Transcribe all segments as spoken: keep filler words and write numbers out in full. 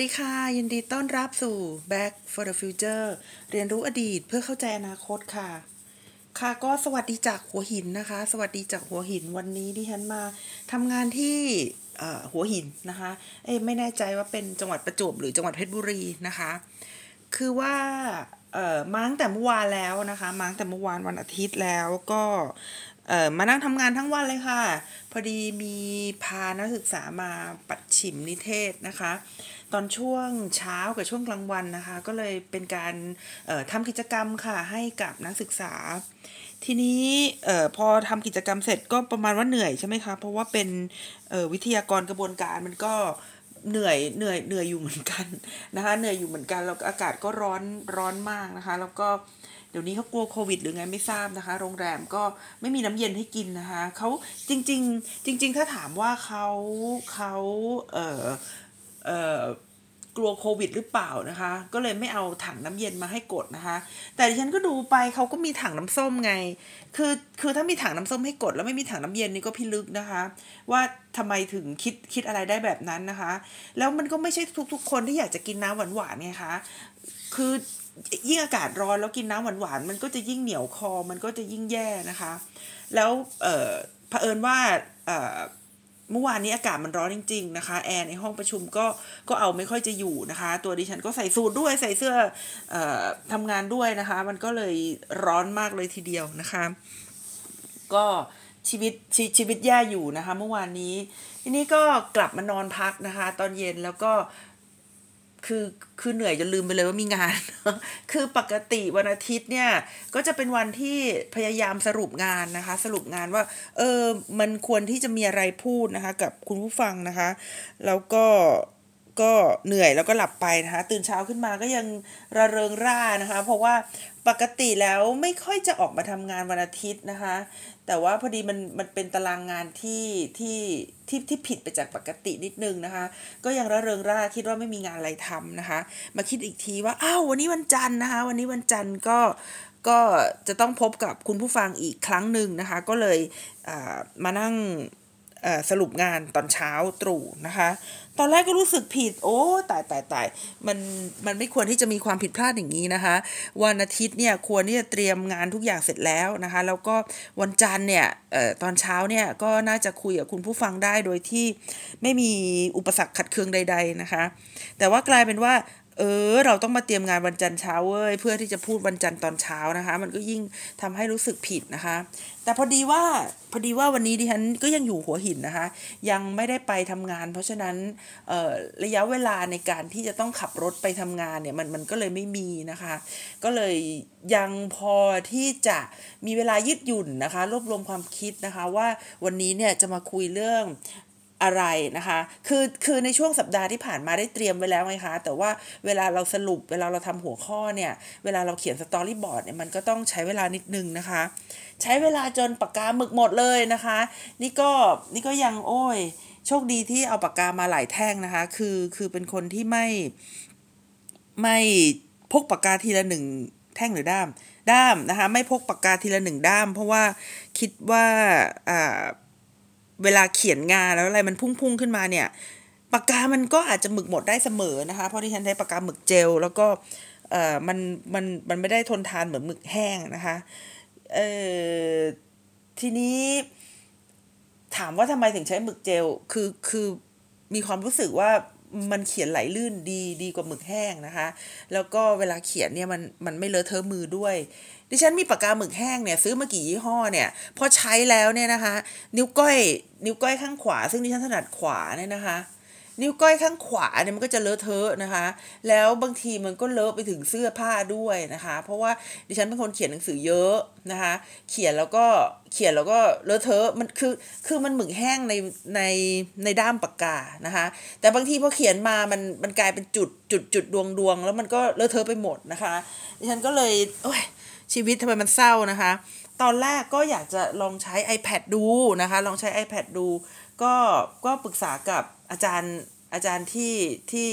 ดีค่ะยินดีต้อนรับสู่ Back for the Future เรียนรู้อดีตเพื่อเข้าใจอนาคตค่ะค่ะก็สวัสดีจากหัวหินนะคะสวัสดีจากหัวหินวันนี้ดิฉันมาทำงานที่หัวหินนะคะเอ้ไม่แน่ใจว่าเป็นจังหวัดประจวบหรือจังหวัดเพชรบุรีนะคะคือว่าเอ่อมาตั้งแต่เมื่อวานแล้วนะคะมาตั้งแต่เมื่อวานวันอาทิตย์แล้วก็เอ่อมานั่งทำงานทั้งวันเลยค่ะพอดีมีพานักศึกษามาปัดฉิมนิเทศนะคะตอนช่วงเช้ากับช่วงกลางวันนะคะก็เลยเป็นการทำกิจกรรมค่ะให้กับนักศึกษาทีนี้เอ่อพอทำกิจกรรมเสร็จก็ประมาณว่าเหนื่อยใช่ไหมคะเพราะว่าเป็นเอ่อวิทยากรกระบวนการมันก็เหนื่อยเหนื่อยเหนื่อยอยู่เหมือนกันนะคะเหนื่อยอยู่เหมือนกันแล้วอากาศก็ร้อนร้อนมากนะคะแล้วก็เดี๋ยวนี้เขากลัวโควิดหรือไงไม่ทราบนะคะโรงแรมก็ไม่มีน้ำเย็นให้กินนะคะเขาจริงๆจริงๆถ้าถามว่าเขาเขาเอ่อเอ่อกลัวโควิดหรือเปล่านะคะก็เลยไม่เอาถังน้ำเย็นมาให้กดนะคะแต่ดิฉันก็ดูไปเขาก็มีถังน้ำส้มไงคือคือถ้ามีถังน้ำส้มให้กดแล้วไม่มีถังน้ำเย็นนี่ก็พิลึกนะคะว่าทำไมถึงคิดคิดอะไรได้แบบนั้นนะคะแล้วมันก็ไม่ใช่ทุกๆคนที่อยากจะกินน้ำหวานๆไงคะคือยิ่งอากาศร้อนแล้วกินน้ำหวานๆมันก็จะยิ่งเหนียวคอมันก็จะยิ่งแย่นะคะแล้วเอ่อเผอิญว่าเอ่อเมื่อวานนี้อากาศมันร้อนจริงๆนะคะแอร์ในห้องประชุมก็ก็เอาไม่ค่อยจะอยู่นะคะตัวดิฉันก็ใส่สูทด้วยใส่เสื้อเอ่อทำงานด้วยนะคะมันก็เลยร้อนมากเลยทีเดียวนะคะก็ชีวิตชชีวิตแย่อยู่นะคะเมื่อวานนี้ทีนี้ก็กลับมานอนพักนะคะตอนเย็นแล้วก็คือคือเหนื่อยจนลืมไปเลยว่ามีงานคือปกติวันอาทิตย์เนี่ยก็จะเป็นวันที่พยายามสรุปงานนะคะสรุปงานว่าเออมันควรที่จะมีอะไรพูดนะคะกับคุณผู้ฟังนะคะแล้วก็ก็เหนื่อยแล้วก็หลับไปนะคะตื่นเช้าขึ้นมาก็ยังระเริงร่านะคะเพราะว่าปกติแล้วไม่ค่อยจะออกมาทำงานวันอาทิตย์นะคะแต่ว่าพอดีมันมันเป็นตารางงานที่ที่ที่ที่ผิดไปจากปกตินิดนึงนะคะก็ยังระเริงร่าคิดว่าไม่มีงานอะไรทำนะคะมาคิดอีกทีว่าอ้าววันนี้วันจันทร์นะคะวันนี้วันจันทร์ก็ก็จะต้องพบกับคุณผู้ฟังอีกครั้งหนึ่งนะคะก็เลยมานั่งสรุปงานตอนเช้าตรู่นะคะตอนแรกก็รู้สึกผิดโอ้ตายตายตายมันมันไม่ควรที่จะมีความผิดพลาดอย่างนี้นะคะวันอาทิตย์เนี่ยควรที่จะเตรียมงานทุกอย่างเสร็จแล้วนะคะแล้วก็วันจันทร์เนี่ยเอ่อตอนเช้าเนี่ยก็น่าจะคุยกับคุณผู้ฟังได้โดยที่ไม่มีอุปสรรคขัดเคืองใดๆนะคะแต่ว่ากลายเป็นว่าเออเราต้องมาเตรียมงานวันจันทร์เช้าเว้ยเพื่อที่จะพูดวันจันทร์ตอนเช้านะคะมันก็ยิ่งทำให้รู้สึกผิดนะคะแต่พอดีว่าพอดีว่าวันนี้ดิฉันก็ยังอยู่หัวหินนะคะยังไม่ได้ไปทำงานเพราะฉะนั้นระยะเวลาในการที่จะต้องขับรถไปทำงานเนี่ยมันมันก็เลยไม่มีนะคะก็เลยยังพอที่จะมีเวลายืดหยุ่นนะคะรวบรวมความคิดนะคะว่าวันนี้เนี่ยจะมาคุยเรื่องอะไรนะคะคือคือในช่วงสัปดาห์ที่ผ่านมาได้เตรียมไว้แล้วไงคะแต่ว่าเวลาเราสรุปเวลาเราทำหัวข้อเนี่ยเวลาเราเขียนสตอรี่บอร์ดเนี่ยมันก็ต้องใช้เวลานิดนึงนะคะใช้เวลาจนปากกาหมึกหมดเลยนะคะนี่ก็นี่ก็ยังโอ้ยโชคดีที่เอาปากกามาหลายแท่งนะคะคือคือเป็นคนที่ไม่ไม่พกปากกาทีละหนึ่งแท่งหรือด้ามด้ามนะคะไม่พกปากกาทีละหนึ่งด้ามเพราะว่าคิดว่าอ่าเวลาเขียนงานแล้วอะไรมันพุ่งๆขึ้นมาเนี่ยปากกามันก็อาจจะหมึกหมดได้เสมอนะคะเพราะที่ฉันใช้ปากกาหมึกเจลแล้วก็เอ่อมันมันมันไม่ได้ทนทานเหมือนหมึกแห้งนะคะเอ่อทีนี้ถามว่าทำไมถึงใช้หมึกเจลคือคือมีความรู้สึกว่ามันเขียนไหลลื่นดีดีกว่าหมึกแห้งนะคะแล้วก็เวลาเขียนเนี่ยมันมันไม่เลอะเทอะมือด้วยดิฉันมีปากกาหมึกแห้งเนี่ยซื้อมากี่ยี่ห้อเนี่ยพอใช้แล้วเนี่ยนะคะนิ้วก้อยนิ้วก้อยข้างขวาซึ่งดิฉันถนัดขวาเนี่ยนะคะนิ้วก้อยข้างขวาเนี่ยมันก็จะเลอะเทอะนะคะแล้วบางทีมันก็เลอะไปถึงเสื้อผ้าด้วยนะคะเพราะว่าดิฉันเป็นคนเขียนหนังสือเยอะนะคะเขียนแล้วก็เขียนแล้วก็เลอะเทอะมันคือคือมันหมึกแห้งในในในด้ามปากกานะคะแต่บางทีพอเขียนมามันมันกลายเป็นจุดจุดจุดดวงดวงแล้วมันก็เลอะเทอะไปหมดนะคะดิฉันก็เลยโอ้ยชีวิตทำไมมันเศร้านะคะตอนแรกก็อยากจะลองใช้ iPad ดูนะคะลองใช้ iPad ดูก็ก็ปรึกษากับอาจารย์อาจารย์ที่ที่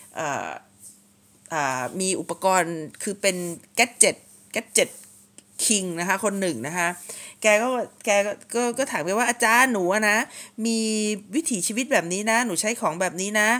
มีอุปกรณ์คือเป็นแกดเจ็ตแกดเจ็ตคิงนะคะคนหนึ่งนะคะแกก็แกก็ก็ถามไปว่าอาจารย์หนูนะมีวิถีชีวิตแบบนี้นะหนูใช้ของแบบนี้นะ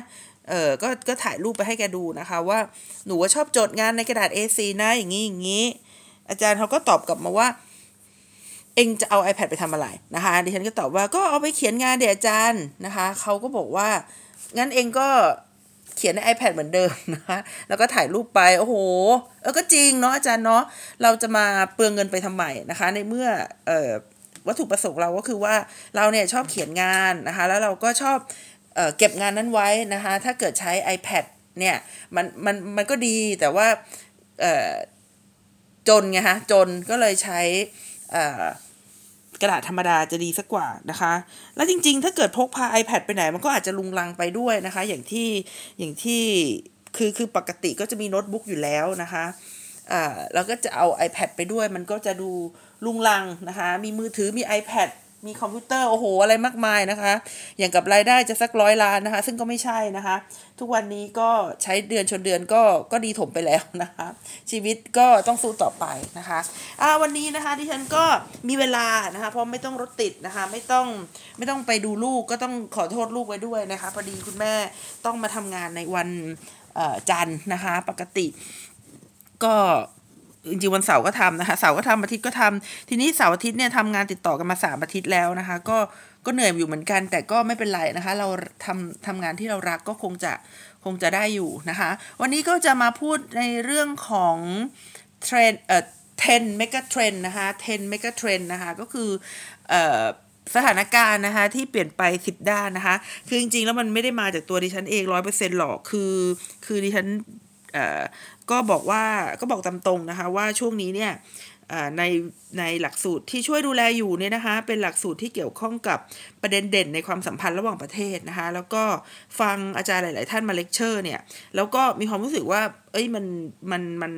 เออก็ก็ถ่ายรูปไปให้แกดูนะคะว่าหนูว่าชอบจดงานในกระดาษ เอ โฟร์ นะอย่างนี้อย่างนี้อาจารย์เขาก็ตอบกลับมาว่าเองจะเอา iPad ไปทำอะไรนะคะดิฉันก็ตอบว่าก็เอาไปเขียนงานเดี๋ยวอาจารย์นะคะเขาก็บอกว่างั้นเองก็เขียนใน iPad เหมือนเดิมนะคะแล้วก็ถ่ายรูปไปโอ้โหเออก็จริงเนาะอาจารย์เนาะเราจะมาเปลืองเงินไปทำไมนะคะในเมื่อเอ่อวัตถุประสงค์เราก็คือว่าเราเนี่ยชอบเขียนงานนะคะแล้วเราก็ชอบเอ่อเก็บงานนั้นไว้นะคะถ้าเกิดใช้ iPad เนี่ยมันมันมันก็ดีแต่ว่าเอ่อจนไงฮะจนก็เลยใช้เอ่อกระดาษธรรมดาจะดีสักกว่านะคะแล้วจริงๆถ้าเกิดพกพา iPad ไปไหนมันก็อาจจะลุงลังไปด้วยนะคะอย่างที่อย่างที่คือคือปกติก็จะมีโน้ตบุ๊กอยู่แล้วนะคะอ่าแล้วก็จะเอา iPad ไปด้วยมันก็จะดูลุงลังนะคะมีมือถือมี iPad มีคอมพิวเตอร์โอ้โหอะไรมากมายนะคะอย่างกับรายได้จะสักร้อยล้านนะคะซึ่งก็ไม่ใช่นะคะทุกวันนี้ก็ใช้เดือนชนเดือนก็ก็ดีถมไปแล้วนะคะชีวิตก็ต้องสู้ต่อไปนะคะอ่าวันนี้นะคะที่ฉันก็มีเวลานะคะเพราะไม่ต้องรถติดนะคะไม่ต้องไม่ต้องไปดูลูกก็ต้องขอโทษลูกไว้ด้วยนะคะพอดีคุณแม่ต้องมาทำงานในวันจันทร์นะคะปกติก็จริงๆวันเสาร์ก็ทำนะคะเสาร์ก็ทำอาทิตย์ก็ทำทีนี้เสาร์อาทิตย์เนี่ยทำงานติดต่อกันมาสามอาทิตย์แล้วนะคะก็ก็เหนื่อยอยู่เหมือนกันแต่ก็ไม่เป็นไรนะคะเราทำทำงานที่เรารักก็คงจะคงจะได้อยู่นะคะวันนี้ก็จะมาพูดในเรื่องของเทรนเอ่อ10 mega trend นะคะ10 mega trend นะคะก็คือเอ่อสถานการณ์นะคะที่เปลี่ยนไปสิบด้านนะคะคือจริงๆแล้วมันไม่ได้มาจากตัวดิฉันเอง ร้อยเปอร์เซ็นต์ หรอกคือคือดิฉันเอ่อก็บอกว่าก็บอกตามตรงนะคะว่าช่วงนี้เนี่ยในในหลักสูตรที่ช่วยดูแลอยู่เนี่ยนะคะเป็นหลักสูตรที่เกี่ยวข้องกับประเด็นเด่นในความสัมพันธ์ระหว่างประเทศนะคะแล้วก็ฟังอาจารย์หลายๆท่านมาเลคเชอร์เนี่ยแล้วก็มีความรู้สึกว่าเอ้ยมันมันมัน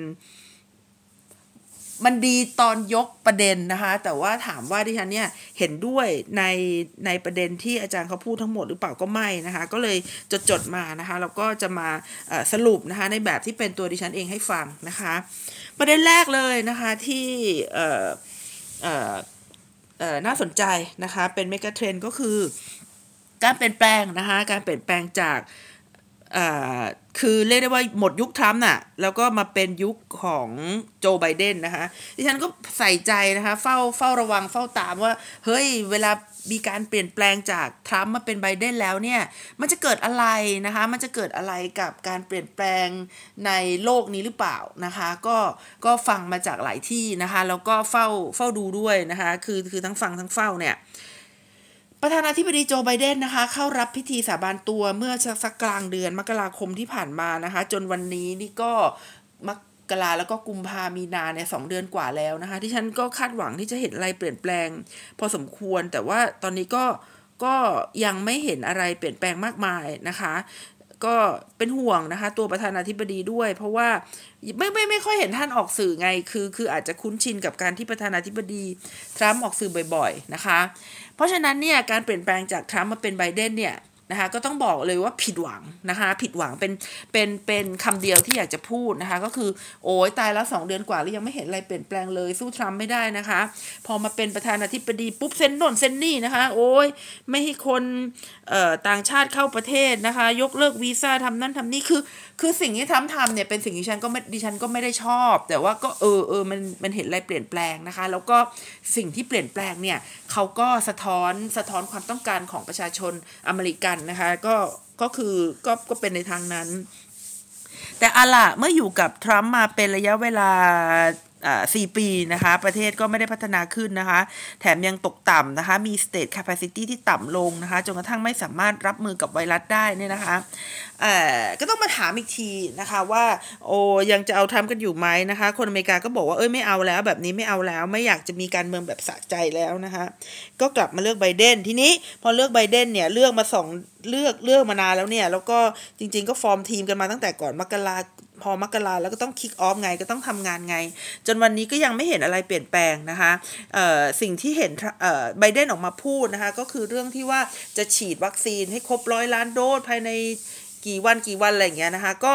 มันดีตอนยกประเด็นนะคะแต่ว่าถามว่าดิฉันเนี่ยเห็นด้วยในในประเด็นที่อาจารย์เขาพูดทั้งหมดหรือเปล่าก็ไม่นะคะก็เลยจดจดมานะคะแล้วก็จะมาสรุปนะคะในแบบที่เป็นตัวดิฉันเองให้ฟังนะคะประเด็นแรกเลยนะคะที่เอ่อเอ่อเอ่อน่าสนใจนะคะเป็นเมกะเทรนด์ก็คือการเปลี่ยนแปลงนะคะการเปลี่ยนแปลงจากคือเรียกได้ว่าหมดยุคทรัมป์น่ะแล้วก็มาเป็นยุคของโจไบเดนนะคะดิฉันก็ใส่ใจนะคะเฝ้าเฝ้าระวังเฝ้าตามว่าเฮ้ยเวลามีการเปลี่ยนแปลงจากทรัมป์มาเป็นไบเดนแล้วเนี่ยมันจะเกิดอะไรนะคะมันจะเกิดอะไรกับการเปลี่ยนแปลงในโลกนี้หรือเปล่านะคะก็ก็ฟังมาจากหลายที่นะคะแล้วก็เฝ้าเฝ้าดูด้วยนะคะคือคือทั้งฟังทั้งเฝ้าเนี่ยประธานาธิบดีโจไบเดนนะคะเข้ารับพิธีสาบานตัวเมื่อสักกลางเดือนมกราคมที่ผ่านมานะคะจนวันนี้นี่ก็มกราแล้วก็กุมภามีนาเนี่ยสองเดือนกว่าแล้วนะคะที่ฉันก็คาดหวังที่จะเห็นอะไรเปลี่ยนแปลงพอสมควรแต่ว่าตอนนี้ก็ก็ยังไม่เห็นอะไรเปลี่ยนแปลงมากมายนะคะก็เป็นห่วงนะคะตัวประธานาธิบดีด้วยเพราะว่าไม่ไม่ไม่ค่อยเห็นท่านออกสื่อไงคือคืออาจจะคุ้นชินกับการที่ประธานาธิบดีทรัมป์ออกสื่อบ่อยๆนะคะเพราะฉะนั้นเนี่ยการเปลี่ยนแปลงจากทรัมป์มาเป็นไบเดนเนี่ยนะคะก็ต้องบอกเลยว่าผิดหวังนะคะผิดหวังเป็นเป็นเป็นคำเดียวที่อยากจะพูดนะคะก็คือโอ้ยตายแล้วสองเดือนกว่าแล้วยังไม่เห็นอะไรเปลี่ยนแปลงเลยสู้ทรัมป์ไม่ได้นะคะพอมาเป็นประธานาธิบดีปุ๊บเซ็นโน่นเซ็นนี่นะคะโอ้ยไม่ให้คนเอ่อต่างชาติเข้าประเทศนะคะยกเลิกวีซ่าทำนั่นทำนี่คือคือสิ่งที่ทำทำเนี่ยเป็นสิ่งที่ฉันก็ไม่ดิฉันก็ไม่ได้ชอบแต่ว่าก็เออเออมันมันเห็นอะไรเปลี่ยนแปลงนะคะแล้วก็สิ่งที่เปลี่ยนแปลงเนี่ยเขาก็สะท้อนสะท้อนความต้องการของประชาชนอเมริกันนะคะก็ก็คือก็ก็เป็นในทางนั้นแต่อะล่ะเมื่ออยู่กับทรัมป์มาเป็นระยะเวลาสี่ปีนะคะประเทศก็ไม่ได้พัฒนาขึ้นนะคะแถมยังตกต่ำนะคะมี state capacity ที่ต่ำลงนะคะจนกระทั่งไม่สามารถรับมือกับไวรัสได้เนี่ยนะคะเอ่อก็ต้องมาถามอีกทีนะคะว่าโอ้ยังจะเอาทำกันอยู่ไหมนะคะคนอเมริกาก็บอกว่าเอ้ยไม่เอาแล้วแบบนี้ไม่เอาแล้วไม่อยากจะมีการเมืองแบบสะใจแล้วนะคะก็กลับมาเลือกไบเดนทีนี้พอเลือกไบเดนเนี่ยเลือกมาสองเลือกเลือกมานานแล้วเนี่ยแล้วก็จริงๆก็ฟอร์มทีมกันมาตั้งแต่ก่อนมกราพอมกราแล้วก็ต้องคิกออฟไงก็ต้องทำงานไงจนวันนี้ก็ยังไม่เห็นอะไรเปลี่ยนแปลงนะคะเอ่อสิ่งที่เห็นเอ่อไบเดนออกมาพูดนะคะก็คือเรื่องที่ว่าจะฉีดวัคซีนให้ครบร้อยล้านโดสภายในกี่วันกี่วันอะไรอย่างเงี้ยนะคะก็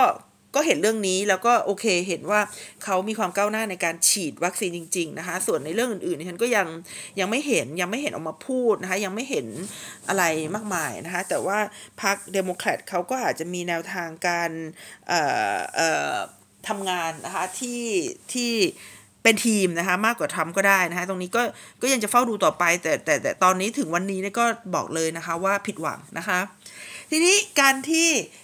ก็เห็นเรื่องนี้แล้วก็โอเคเห็นว่าเขามีความก้าวหน้าในการฉีดวัคซีนจริงๆนะคะส่วนในเรื่องอื่นๆฉันก็ยังยังไม่เห็นยังไม่เห็นออกมาพูดนะคะยังไม่เห็นอะไรมากมายนะคะแต่ว่าพรรคเดโมแครตเขาก็อาจจะมีแนวทางการเอ่อเอ่อทำงานนะคะที่ที่เป็นทีมนะคะมากกว่าทรัมป์ก็ได้นะคะตรงนี้ก็ก็ยังจะเฝ้าดูต่อไปแต่แต่แต่ตอนนี้ถึงวันนี้เนี่ยก็บอกเลยนะคะว่าผิดหวังนะคะทีนี้การที่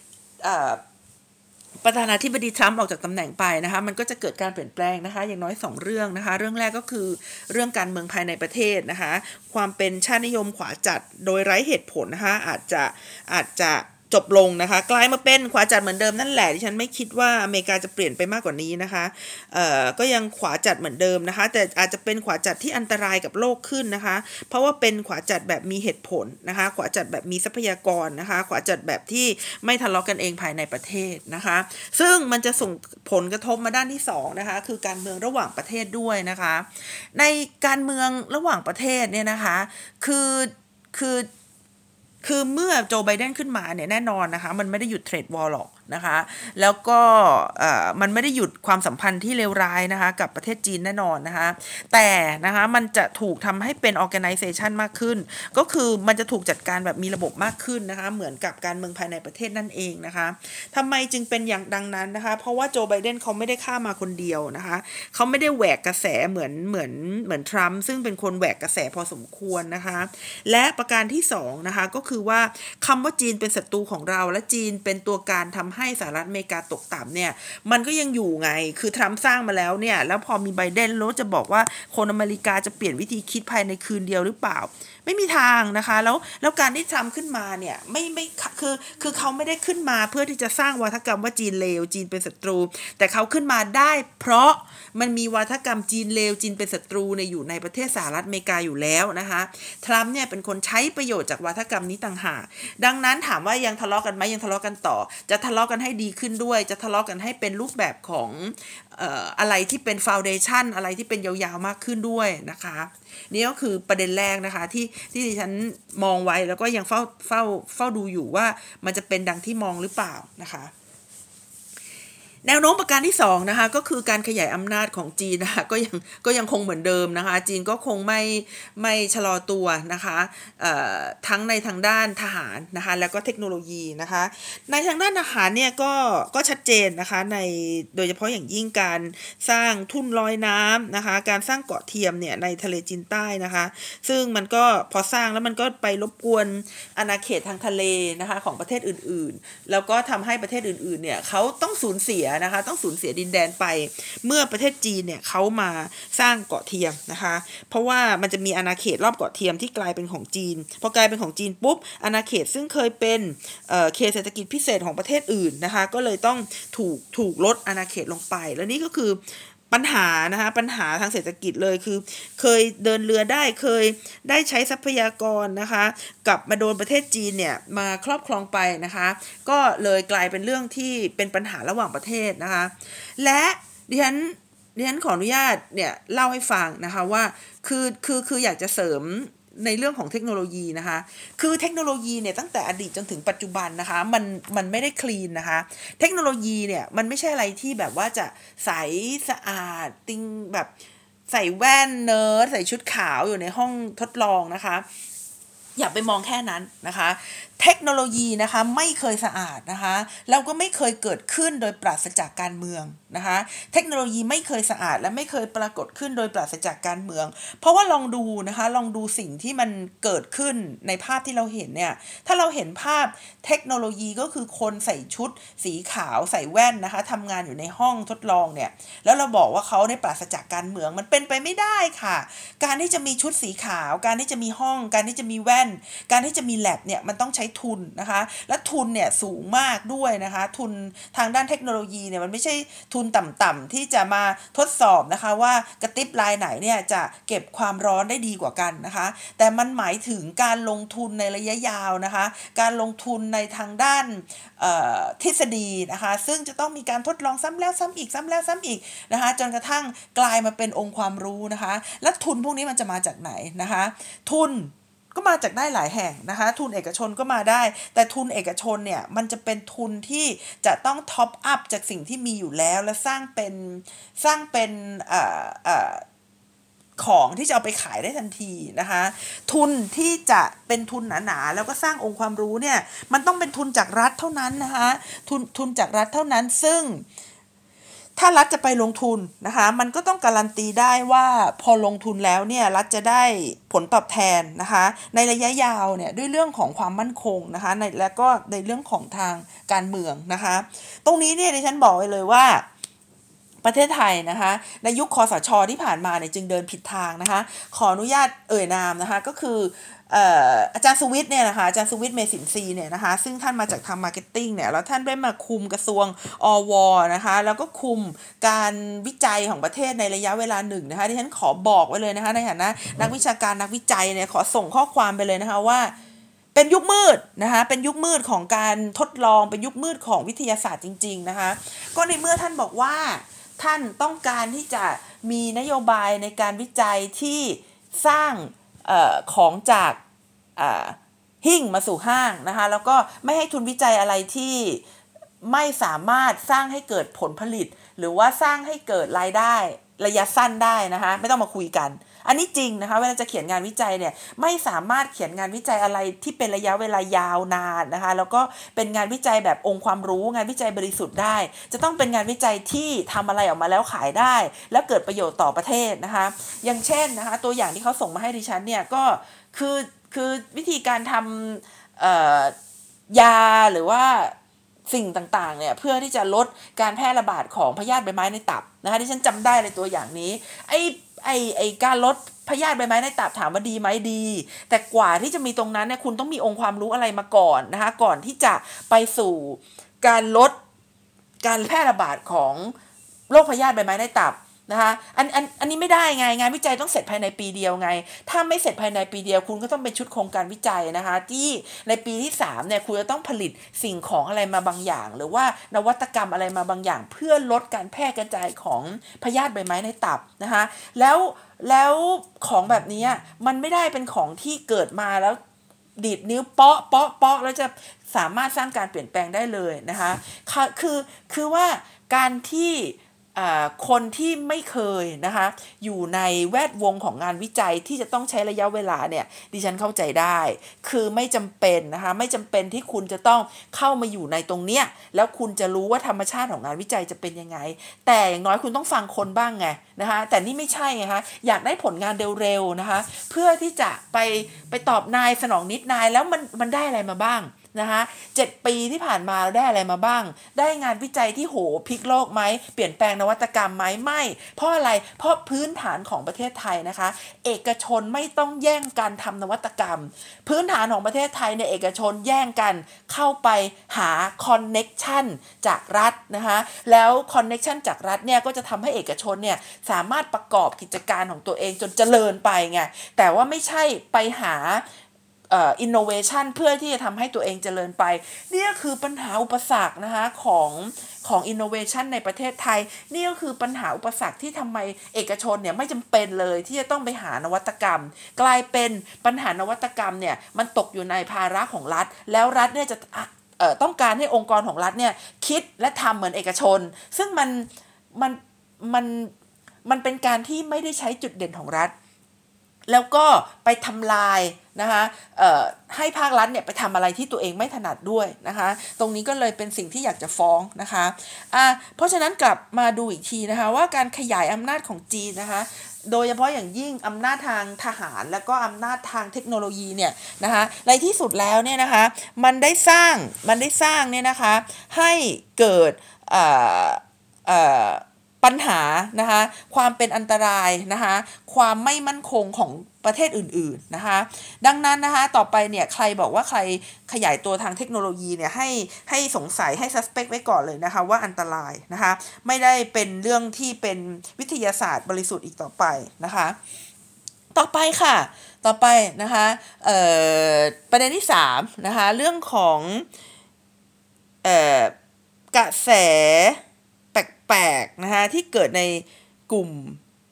ประธานาธิบดีทรัมป์ออกจากตำแหน่งไปนะคะมันก็จะเกิดการเปลี่ยนแปลงนะคะอย่างน้อยสองเรื่องนะคะเรื่องแรกก็คือเรื่องการเมืองภายในประเทศนะคะความเป็นชาตินิยมขวาจัดโดยไร้เหตุผลนะคะอาจจะอาจจะจบลงนะคะกลายมาเป็นขวาจัดเหมือนเดิมนั่นแหละดิฉันไม่คิดว่าอเมริกาจะเปลี่ยนไปมากกว่านี้นะคะเอ่อก็ยังขวาจัดเหมือนเดิมนะคะแต่อาจจะเป็นขวาจัดที่อันตรายกับโลกขึ้นนะคะเพราะว่าเป็นขวาจัดแบบมีเหตุผลนะคะขวาจัดแบบมีทรัพยากรนะคะขวาจัดแบบที่ไม่ทะเลาะกันเองภายในประเทศนะคะซึ่งมันจะส่งผลกระทบมาด้านที่สองนะคะคือการเมืองระหว่างประเทศด้วยนะคะในการเมืองระหว่างประเทศเนี่ยนะคะคือคือคือเมื่อโจไบเดนขึ้นมาเนี่ยแน่นอนนะคะมันไม่ได้หยุดเทรดวอร์หรอกนะคะแล้วก็มันไม่ได้หยุดความสัมพันธ์ที่เลวร้ายนะคะกับประเทศจีนแน่นอนนะคะแต่นะคะมันจะถูกทำให้เป็น organization มากขึ้นก็คือมันจะถูกจัดการแบบมีระบบมากขึ้นนะคะเหมือนกับการเมืองภายในประเทศนั่นเองนะคะทำไมจึงเป็นอย่างดังนั้นนะคะเพราะว่าโจไบเดนเขาไม่ได้ข้ามาคนเดียวนะคะเขาไม่ได้แหวกกระแสเหมือนเหมือนเหมือนทรัมป์ซึ่งเป็นคนแหวกกระแสพอสมควรนะคะและประการที่สองนะคะก็คือว่าคำว่าจีนเป็นศัตรูของเราและจีนเป็นตัวการทำให้สหรัฐอเมริกาตกต่ำเนี่ยมันก็ยังอยู่ไงคือทรัมป์สร้างมาแล้วเนี่ยแล้วพอมีไบเดนแล้วจะบอกว่าคนอเมริกาจะเปลี่ยนวิธีคิดภายในคืนเดียวหรือเปล่าไม่มีทางนะคะแล้วแล้วการที่ทรัมป์ขึ้นมาเนี่ยไม่ไม่คือคือเขาไม่ได้ขึ้นมาเพื่อที่จะสร้างวาทกรรมว่าจีนเลวจีนเป็นศัตรูแต่เขาขึ้นมาได้เพราะมันมีวาทกรรมจีนเลวจีนเป็นศัตรูในอยู่ในประเทศสหรัฐอเมริกาอยู่แล้วนะคะทรัมป์เนี่ยเป็นคนใช้ประโยชน์จากวาทกรรมนี้ต่างหากดังนั้นถามว่ายังทะเลาะกันไหมยังทะเลาะกันต่อจะทะเลาะกันให้ดีขึ้นด้วยจะทะเลาะกันให้เป็นรูปแบบของเอ่ออะไรที่เป็นฟาวเดชั่นอะไรที่เป็นยาวๆมากขึ้นด้วยนะคะนี่ก็คือประเด็นแรกนะคะที่ที่ดิฉันมองไว้แล้วก็ยังเฝ้าเฝ้าเฝ้าดูอยู่ว่ามันจะเป็นดังที่มองหรือเปล่านะคะแนวโน้มประการที่สองนะคะก็คือการขยายอำนาจของจีนนะคะก็ยังก็ยังคงเหมือนเดิมนะคะจีนก็คงไม่ไม่ชะลอตัวนะคะทั้งในทางด้านทหารนะคะแล้วก็เทคโนโลยีนะคะในทางด้านทหารเนี่ยก็ก็ชัดเจนนะคะในโดยเฉพาะอย่างยิ่งการสร้างทุ่นลอยน้ำนะคะการสร้างเกาะเทียมเนี่ยในทะเลจีนใต้นะคะซึ่งมันก็พอสร้างแล้วมันก็ไปรบกวนอาณาเขตทางทะเลนะคะของประเทศอื่นๆแล้วก็ทำให้ประเทศอื่นๆเนี่ยเขาต้องสูญเสียนะคะต้องสูญเสียดินแดนไปเมื่อประเทศจีนเนี่ยเขามาสร้างเกาะเทียมนะคะเพราะว่ามันจะมีอาณาเขตรอบเกาะเทียมที่กลายเป็นของจีนพอกลายเป็นของจีนปุ๊บอาณาเขตซึ่งเคยเป็นเอ่อเขตเศรษฐกิจพิเศษของประเทศอื่นนะคะก็เลยต้องถูกถูกลดอาณาเขตลงไปแล้วนี่ก็คือปัญหานะคะปัญหาทางเศรษฐกิจเลยคือเคยเดินเรือได้เคยได้ใช้ทรัพยากรนะคะกลับมาโดนประเทศจีนเนี่ยมาครอบครองไปนะคะก็เลยกลายเป็นเรื่องที่เป็นปัญหาระหว่างประเทศนะคะและดิฉันดิฉันขออนุญาตเนี่ยเล่าให้ฟังนะคะว่าคือคือคืออยากจะเสริมในเรื่องของเทคโนโลยีนะคะคือเทคโนโลยีเนี่ยตั้งแต่อดีตจนถึงปัจจุบันนะคะมันมันไม่ได้คลีนนะคะเทคโนโลยีเนี่ยมันไม่ใช่อะไรที่แบบว่าจะใสสะอาดติงแบบใส่แว่นเนิร์ดใส่ชุดขาวอยู่ในห้องทดลองนะคะอย่าไปมองแค่นั้นนะคะเทคโนโลยีนะคะไม่เคยสะอาดนะคะแล้วก็ไม่เคยเกิดขึ้นโดยปราศจากการเมืองนะคะเทคโนโลยีไม่เคยสะอาดและไม่เคยปรากฏขึ้นโดยปราศจากการเมืองเพราะว่าลองดูนะคะลองดูสิ่งที่มันเกิดขึ้นในภาพที่เราเห็นเนี่ยถ้าเราเห็นภาพเทคโนโลยีก็คือคนใส่ชุดสีขาวใส่แว่นนะคะทำงานอยู่ในห้องทดลองเนี่ยแล้วเราบอกว่าเขาได้ปราศจากการเมืองมันเป็นไปไม่ได้ค่ะการที่จะมีชุดสีขาวการที่จะมีห้องการที่จะมีแว่นการที่จะมีแลบเนี่ยมันต้องใช้ทุนนะคะและทุนเนี่ยสูงมากด้วยนะคะทุนทางด้านเทคโนโลยีเนี่ยมันไม่ใช่ทุนต่ำๆที่จะมาทดสอบนะคะว่ากระติบลายไหนเนี่ยจะเก็บความร้อนได้ดีกว่ากันนะคะแต่มันหมายถึงการลงทุนในระยะยาวนะคะการลงทุนในทางด้านทฤษฎีนะคะซึ่งจะต้องมีการทดลองซ้ำแล้วซ้ำอีกซ้ำแล้วซ้ำอีกนะคะจนกระทั่งกลายมาเป็นองค์ความรู้นะคะและทุนพวกนี้มันจะมาจากไหนนะคะทุนก็มาจากได้หลายแห่งนะคะทุนเอกชนก็มาได้แต่ทุนเอกชนเนี่ยมันจะเป็นทุนที่จะต้องท็อปอัพจากสิ่งที่มีอยู่แล้วและสร้างเป็นสร้างเป็นเอ่อเอ่อของที่จะเอาไปขายได้ทันทีนะคะทุนที่จะเป็นทุนหนาๆแล้วก็สร้างองค์ความรู้เนี่ยมันต้องเป็นทุนจากรัฐเท่านั้นนะคะทุนทุนจากรัฐเท่านั้นซึ่งถ้ารัฐจะไปลงทุนนะคะมันก็ต้องการันตีได้ว่าพอลงทุนแล้วเนี่ยรัฐจะได้ผลตอบแทนนะคะในระยะยาวเนี่ยด้วยเรื่องของความมั่นคงนะคะในและก็ในเรื่องของทางการเมืองนะคะตรงนี้เนี่ยดิฉันบอกไว้เลยว่าประเทศไทยนะคะในยุคคสช.ที่ผ่านมาเนี่ยจึงเดินผิดทางนะคะขออนุญาตเอ่ยนามนะคะก็คือเอ่ออาจารย์สุวิทย์เนี่ยนะคะอาจารย์สุวิทย์เมษินทรีย์เนี่ยนะคะซึ่งท่านมาจากทางมาร์เก็ตติ้งเนี่ยแล้วท่านได้มาคุมกระทรวงอวนะคะแล้วก็คุมการวิจัยของประเทศในระยะเวลาหนึ่งนะคะที่ฉันขอบอกไว้เลยนะคะในฐานะนักวิชาการนักวิจัยเนี่ยขอส่งข้อความไปเลยนะคะว่าเป็นยุคมืดนะคะเป็นยุคมืดของการทดลองเป็นยุคมืดของวิทยาศาสตร์จริงๆนะคะก็ในเมื่อท่านบอกว่าท่านต้องการที่จะมีนโยบายในการวิจัยที่สร้างเอ่อของจากหิ้งมาสู่ห้างนะคะแล้วก็ไม่ให้ทุนวิจัยอะไรที่ไม่สามารถสร้างให้เกิดผลผลิตหรือว่าสร้างให้เกิดรายได้ระยะสั้นได้นะคะไม่ต้องมาคุยกันอันนี้จริงนะคะเวลาจะเขียนงานวิจัยเนี่ยไม่สามารถเขียนงานวิจัยอะไรที่เป็นระยะเวลายาวนานนะคะแล้วก็เป็นงานวิจัยแบบองค์ความรู้งานวิจัยบริสุทธิ์ได้จะต้องเป็นงานวิจัยที่ทำอะไรออกมาแล้วขายได้และเกิดประโยชน์ต่อประเทศนะคะอย่างเช่นนะคะตัวอย่างที่เขาส่งมาให้ดิฉันเนี่ยก็คือคือวิธีการทำยาหรือว่าสิ่งต่างๆเนี่ยเพื่อที่จะลดการแพร่ระบาดของพยาธิใบไม้ในตับนะคะที่ฉันจำได้เลยตัวอย่างนี้ไอ้ไอ้ไอ้การลดพยาธิใบไม้ในตับถามว่าดีไหมดีแต่กว่าที่จะมีตรงนั้นเนี่ยคุณต้องมีองค์ความรู้อะไรมาก่อนนะคะก่อนที่จะไปสู่การลดการแพร่ระบาดของโรคพยาธิใบไม้ในตับนะคะอันอันอันนี้ไม่ได้ไงงานวิจัยต้องเสร็จภายในปีเดียวไงถ้าไม่เสร็จภายในปีเดียวคุณก็ต้องเป็นชุดโครงการวิจัยนะคะที่ในปีที่สามเนี่ยคุณจะต้องผลิตสิ่งของอะไรมาบางอย่างหรือว่านวัตกรรมอะไรมาบางอย่างเพื่อลดการแพร่กระจายของพยาธิใบไม้ในตับนะคะแล้วแล้วของแบบนี้มันไม่ได้เป็นของที่เกิดมาแล้วดีดนิ้วเปาะเปาะเปาะแล้วจะสามารถสร้างการเปลี่ยนแปลงได้เลยนะคะคือคือว่าการที่คนที่ไม่เคยนะคะอยู่ในแวดวงของงานวิจัยที่จะต้องใช้ระยะเวลาเนี่ยดิฉันเข้าใจได้คือไม่จำเป็นนะคะไม่จำเป็นที่คุณจะต้องเข้ามาอยู่ในตรงเนี้ยแล้วคุณจะรู้ว่าธรรมชาติของงานวิจัยจะเป็นยังไงแต่อย่างน้อยคุณต้องฟังคนบ้างไงนะคะแต่นี่ไม่ใช่ไงคะอยากได้ผลงานเร็วๆนะคะเพื่อที่จะไปไปตอบนายสนองนิดนายแล้วมันมันได้อะไรมาบ้างนะคะเจ็ดปีที่ผ่านมาได้อะไรมาบ้างได้งานวิจัยที่โหพลิกโลกไหมเปลี่ยนแปลงนวัตกรรมไหมไม่เพราะอะไรเพราะพื้นฐานของประเทศไทยนะคะเอกชนไม่ต้องแย่งกันทำนวัตกรรมพื้นฐานของประเทศไทยเนี่ยเอกชนแย่งกันเข้าไปหาคอนเน็กชันจากรัฐนะคะแล้วคอนเน็กชันจากรัฐเนี่ยก็จะทำให้เอกชนเนี่ยสามารถประกอบกิจการของตัวเองจนเจริญไปไงแต่ว่าไม่ใช่ไปหาเอ่อ innovation เพื่อที่จะทำให้ตัวเองเจริญไปนี่คือปัญหาอุปสรรคนะคะของของ innovation ในประเทศไทยนี่ก็คือปัญหาอุปสรรคที่ทำไมเอกชนเนี่ยไม่จำเป็นเลยที่จะต้องไปหานวัตกรรมกลายเป็นปัญหานวัตกรรมเนี่ยมันตกอยู่ในภาระของรัฐแล้วรัฐเนี่ยจะเอ่อต้องการให้องค์กรของรัฐเนี่ยคิดและทำเหมือนเอกชนซึ่งมันมันมันมันเป็นการที่ไม่ได้ใช้จุดเด่นของรัฐแล้วก็ไปทำลายนะคะให้ภาครัฐเนี่ยไปทำอะไรที่ตัวเองไม่ถนัดด้วยนะคะตรงนี้ก็เลยเป็นสิ่งที่อยากจะฟ้องนะคะะเพราะฉะนั้นกลับมาดูอีกทีนะคะว่าการขยายอำนาจของจีนนะคะโดยเฉพาะอย่างยิ่งอำนาจทางทหารและก็อำนาจทางเทคโนโลยีเนี่ยนะคะในที่สุดแล้วเนี่ยนะคะมันได้สร้างมันได้สร้างเนี่ยนะคะให้เกิดปัญหานะคะความเป็นอันตรายนะคะความไม่มั่นคงของประเทศอื่นๆนะคะดังนั้นนะคะต่อไปเนี่ยใครบอกว่าใครขยายตัวทางเทคโนโลยีเนี่ยให้ให้สงสัยให้ suspect ไว้ก่อนเลยนะคะว่าอันตรายนะคะไม่ได้เป็นเรื่องที่เป็นวิทยาศาสตร์บริสุทธิ์อีกต่อไปนะคะต่อไปค่ะต่อไปนะคะเอ่อประเด็นที่สามนะคะเรื่องของเอ่อกระแสแปลกๆนะคะที่เกิดในกลุ่ม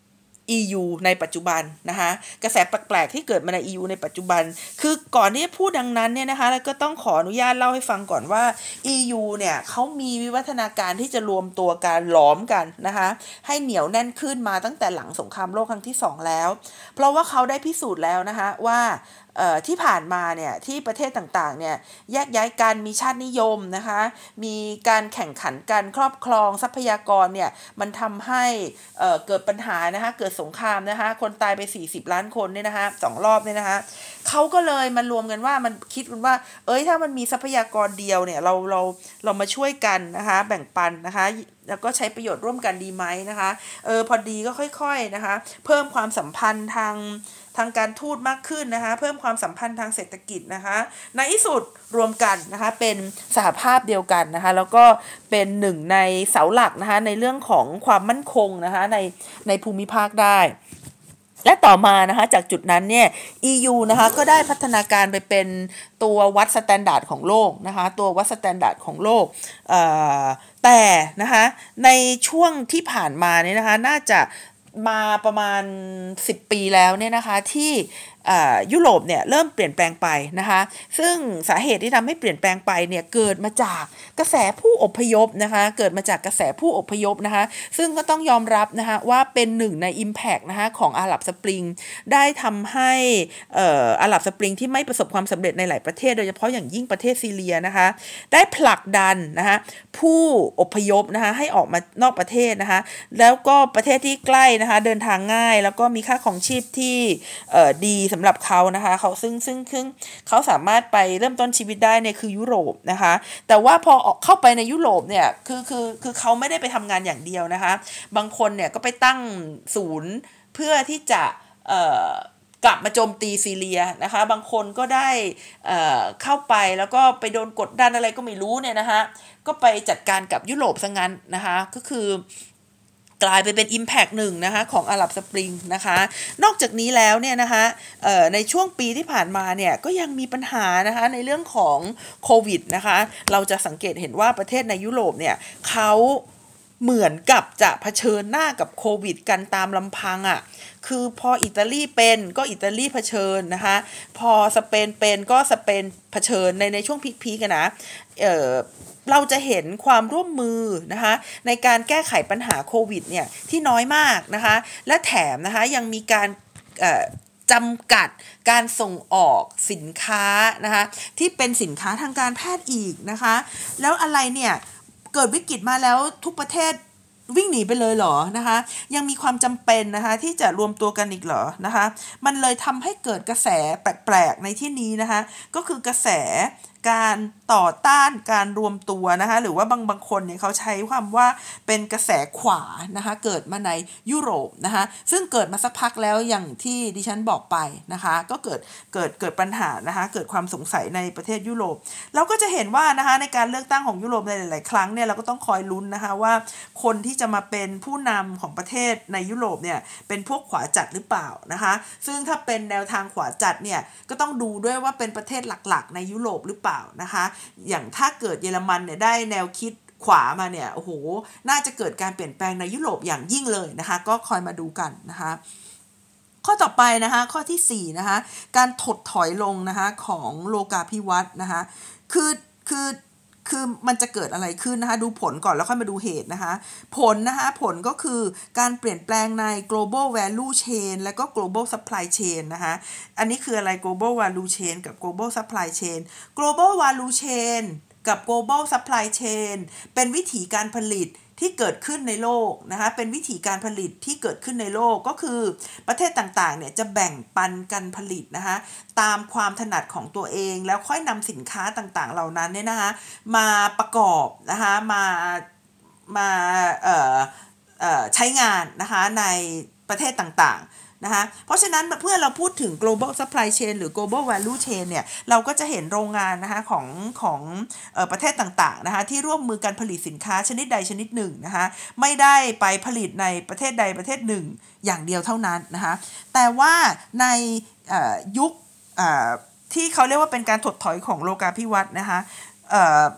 อี ยู ในปัจจุบันนะคะกระแสแปลกๆที่เกิดมาใน อี ยู ในปัจจุบันคือก่อนที่จะพูดดังนั้นเนี่ยนะคะแล้วก็ต้องขออนุญาตเล่าให้ฟังก่อนว่า อี ยู เนี่ยเขามีวิวัฒนาการที่จะรวมตัวกันหลอมกันนะคะให้เหนียวแน่นขึ้นมาตั้งแต่หลังสงครามโลกครั้งที่สองแล้วเพราะว่าเขาได้พิสูจน์แล้วนะคะว่าที่ผ่านมาเนี่ยที่ประเทศต่างๆเนี่ยแยกย้ายกันมีชาตินิยมนะคะมีการแข่งขันกันครอบครองทรัพยากรเนี่ยมันทำให้เเกิดปัญหานะคะเกิดสงครามนะคะคนตายไปสี่สิบล้านคนเนี่ยนะคะสองรอบเนี่ยนะคะเขาก็เลยมารวมกันว่ามันคิดกันว่าเอ้ยถ้ามันมีทรัพยากรเดียวเนี่ยเราเราเรามาช่วยกันนะคะแบ่งปันนะคะแล้วก็ใช้ประโยชน์ร่วมกันดีไหมนะคะเออพอดีก็ค่อยๆนะคะเพิ่มความสัมพันธ์ทางทางการทูตมากขึ้นนะคะเพิ่มความสัมพันธ์ทางเศรษฐกิจนะคะในที่สุดรวมกันนะคะเป็นสหภาพเดียวกันนะคะแล้วก็เป็นหนึ่งในเสาหลักนะคะในเรื่องของความมั่นคงนะคะในในภูมิภาคได้และต่อมานะคะจากจุดนั้นเนี่ย อี ยู นะคะก็ได้พัฒนาการไปเป็นตัววัดสแตนดาร์ดของโลกนะคะตัววัดสแตนดาร์ดของโลกแต่นะคะในช่วงที่ผ่านมาเนี่ยนะคะน่าจะมาประมาณสิบปีแล้วเนี่ยนะคะที่ยุโรปเนี่ยเริ่มเปลี่ยนแปลงไปนะคะซึ่งสาเหตุที่ทำให้เปลี่ยนแปลงไปเนี่ยเกิดมาจากกระแสผู้อพยพนะคะเกิดมาจากกระแสผู้อพยพนะคะซึ่งก็ต้องยอมรับนะคะว่าเป็นหนึ่งใน impact นะคะของอาหรับสปริงได้ทำให้อาหรับสปริงที่ไม่ประสบความสำเร็จในหลายประเทศโดยเฉพาะอย่างยิ่งประเทศซีเรียนะคะได้ผลักดันนะคะผู้อพยพนะคะให้ออกมานอกประเทศนะคะแล้วก็ประเทศที่ใกล้นะคะเดินทางง่ายแล้วก็มีค่าของชีพที่ดีสำหรับเขานะคะเขาซึ่งซึ่งซึ่งเขาสามารถไปเริ่มต้นชีวิตได้เนี่ยคือยุโรปนะคะแต่ว่าพอเข้าไปในยุโรปเนี่ยคือคือคือเขาไม่ได้ไปทำงานอย่างเดียวนะคะบางคนเนี่ยก็ไปตั้งศูนย์เพื่อที่จะเอ่อกลับมาโจมตีซีเรียนะคะบางคนก็ได้เอ่อเข้าไปแล้วก็ไปโดนกดดันอะไรก็ไม่รู้เนี่ยนะคะก็ไปจัดการกับยุโรปซะงั้นนะคะก็คือกลายไปเป็น impact หนึ่งนะคะของอาหรับสปริงนะคะนอกจากนี้แล้วเนี่ยนะคะในช่วงปีที่ผ่านมาเนี่ยก็ยังมีปัญหานะคะในเรื่องของโควิดนะคะเราจะสังเกตเห็นว่าประเทศในยุโรปเนี่ยเขาเหมือนกับจะเผชิญหน้ากับโควิดกันตามลำพังอ่ะคือพออิตาลีเป็นก็อิตาลีเผชิญนะคะพอสเปนเป็นก็สเปนเผชิญในในช่วงพีคๆกันนะเอ่อเราจะเห็นความร่วมมือนะคะในการแก้ไขปัญหาโควิดเนี่ยที่น้อยมากนะคะและแถมนะคะยังมีการจำกัดการส่งออกสินค้านะคะที่เป็นสินค้าทางการแพทย์อีกนะคะแล้วอะไรเนี่ยเกิดวิกฤตมาแล้วทุกประเทศวิ่งหนีไปเลยเหรอนะคะยังมีความจำเป็นนะคะที่จะรวมตัวกันอีกเหรอนะคะมันเลยทำให้เกิดกระแสแปลกๆในที่นี้นะคะก็คือกระแสการต่อต้านการรวมตัวนะคะหรือว่าบางบางคนเนี่ยเขาใช้ความว่าเป็นกระแสขวานะคะเกิดมาในยุโรปนะคะซึ่งเกิดมาสักพักแล้วอย่างที่ดิฉันบอกไปนะคะก็เกิดเกิดเกิดปัญหานะคะเกิดความสงสัยในประเทศยุโรปเราก็จะเห็นว่านะคะในการเลือกตั้งของยุโรปในหลายๆครั้งเนี่ยเราก็ต้องคอยลุ้นนะคะว่าคนที่จะมาเป็นผู้นำของประเทศในยุโรปเนี่ยเป็นพวกขวาจัดหรือเปล่านะคะซึ่งถ้าเป็นแนวทางขวาจัดเนี่ยก็ต้องดูด้วยว่าเป็นประเทศหลักๆในยุโรปหรือเปล่านะคะอย่างถ้าเกิดเยอรมันเนี่ยได้แนวคิดขวามาเนี่ยโอ้โหน่าจะเกิดการเปลี่ยนแปลงในยุโรปอย่างยิ่งเลยนะคะก็คอยมาดูกันนะคะข้อต่อไปนะคะข้อที่สี่นะคะการถดถอยลงนะคะของโลกาภิวัตน์นะคะคือคือคือมันจะเกิดอะไรขึ้นนะคะดูผลก่อนแล้วค่อยมาดูเหตุนะคะผลนะคะผลก็คือการเปลี่ยนแปลงใน global value chain และก็ global supply chain นะคะอันนี้คืออะไร global value chain กับ global supply chain global value chain กับ global supply chain เป็นวิธีการผลิตที่เกิดขึ้นในโลกนะคะเป็นวิธีการผลิตที่เกิดขึ้นในโลกก็คือประเทศต่างๆเนี่ยจะแบ่งปันกันผลิตนะคะตามความถนัดของตัวเองแล้วค่อยนำสินค้าต่างๆเหล่านั้นเนี่ยนะคะมาประกอบนะคะมามาเอ่อเอ่อใช้งานนะคะในประเทศต่างๆนะคะเพราะฉะนั้นเมื่อเราพูดถึง global supply chain หรือ global value chain เนี่ยเราก็จะเห็นโรงงานนะคะของของเอ่อประเทศต่างๆนะคะที่ร่วมมือกันผลิตสินค้าชนิดใดชนิดหนึ่งนะคะไม่ได้ไปผลิตในประเทศใดประเทศหนึ่งอย่างเดียวเท่านั้นนะคะแต่ว่าในเอ่อยุคเอ่อที่เขาเรียกว่าเป็นการถดถอยของโลกาภิวัตน์นะคะเอ่อ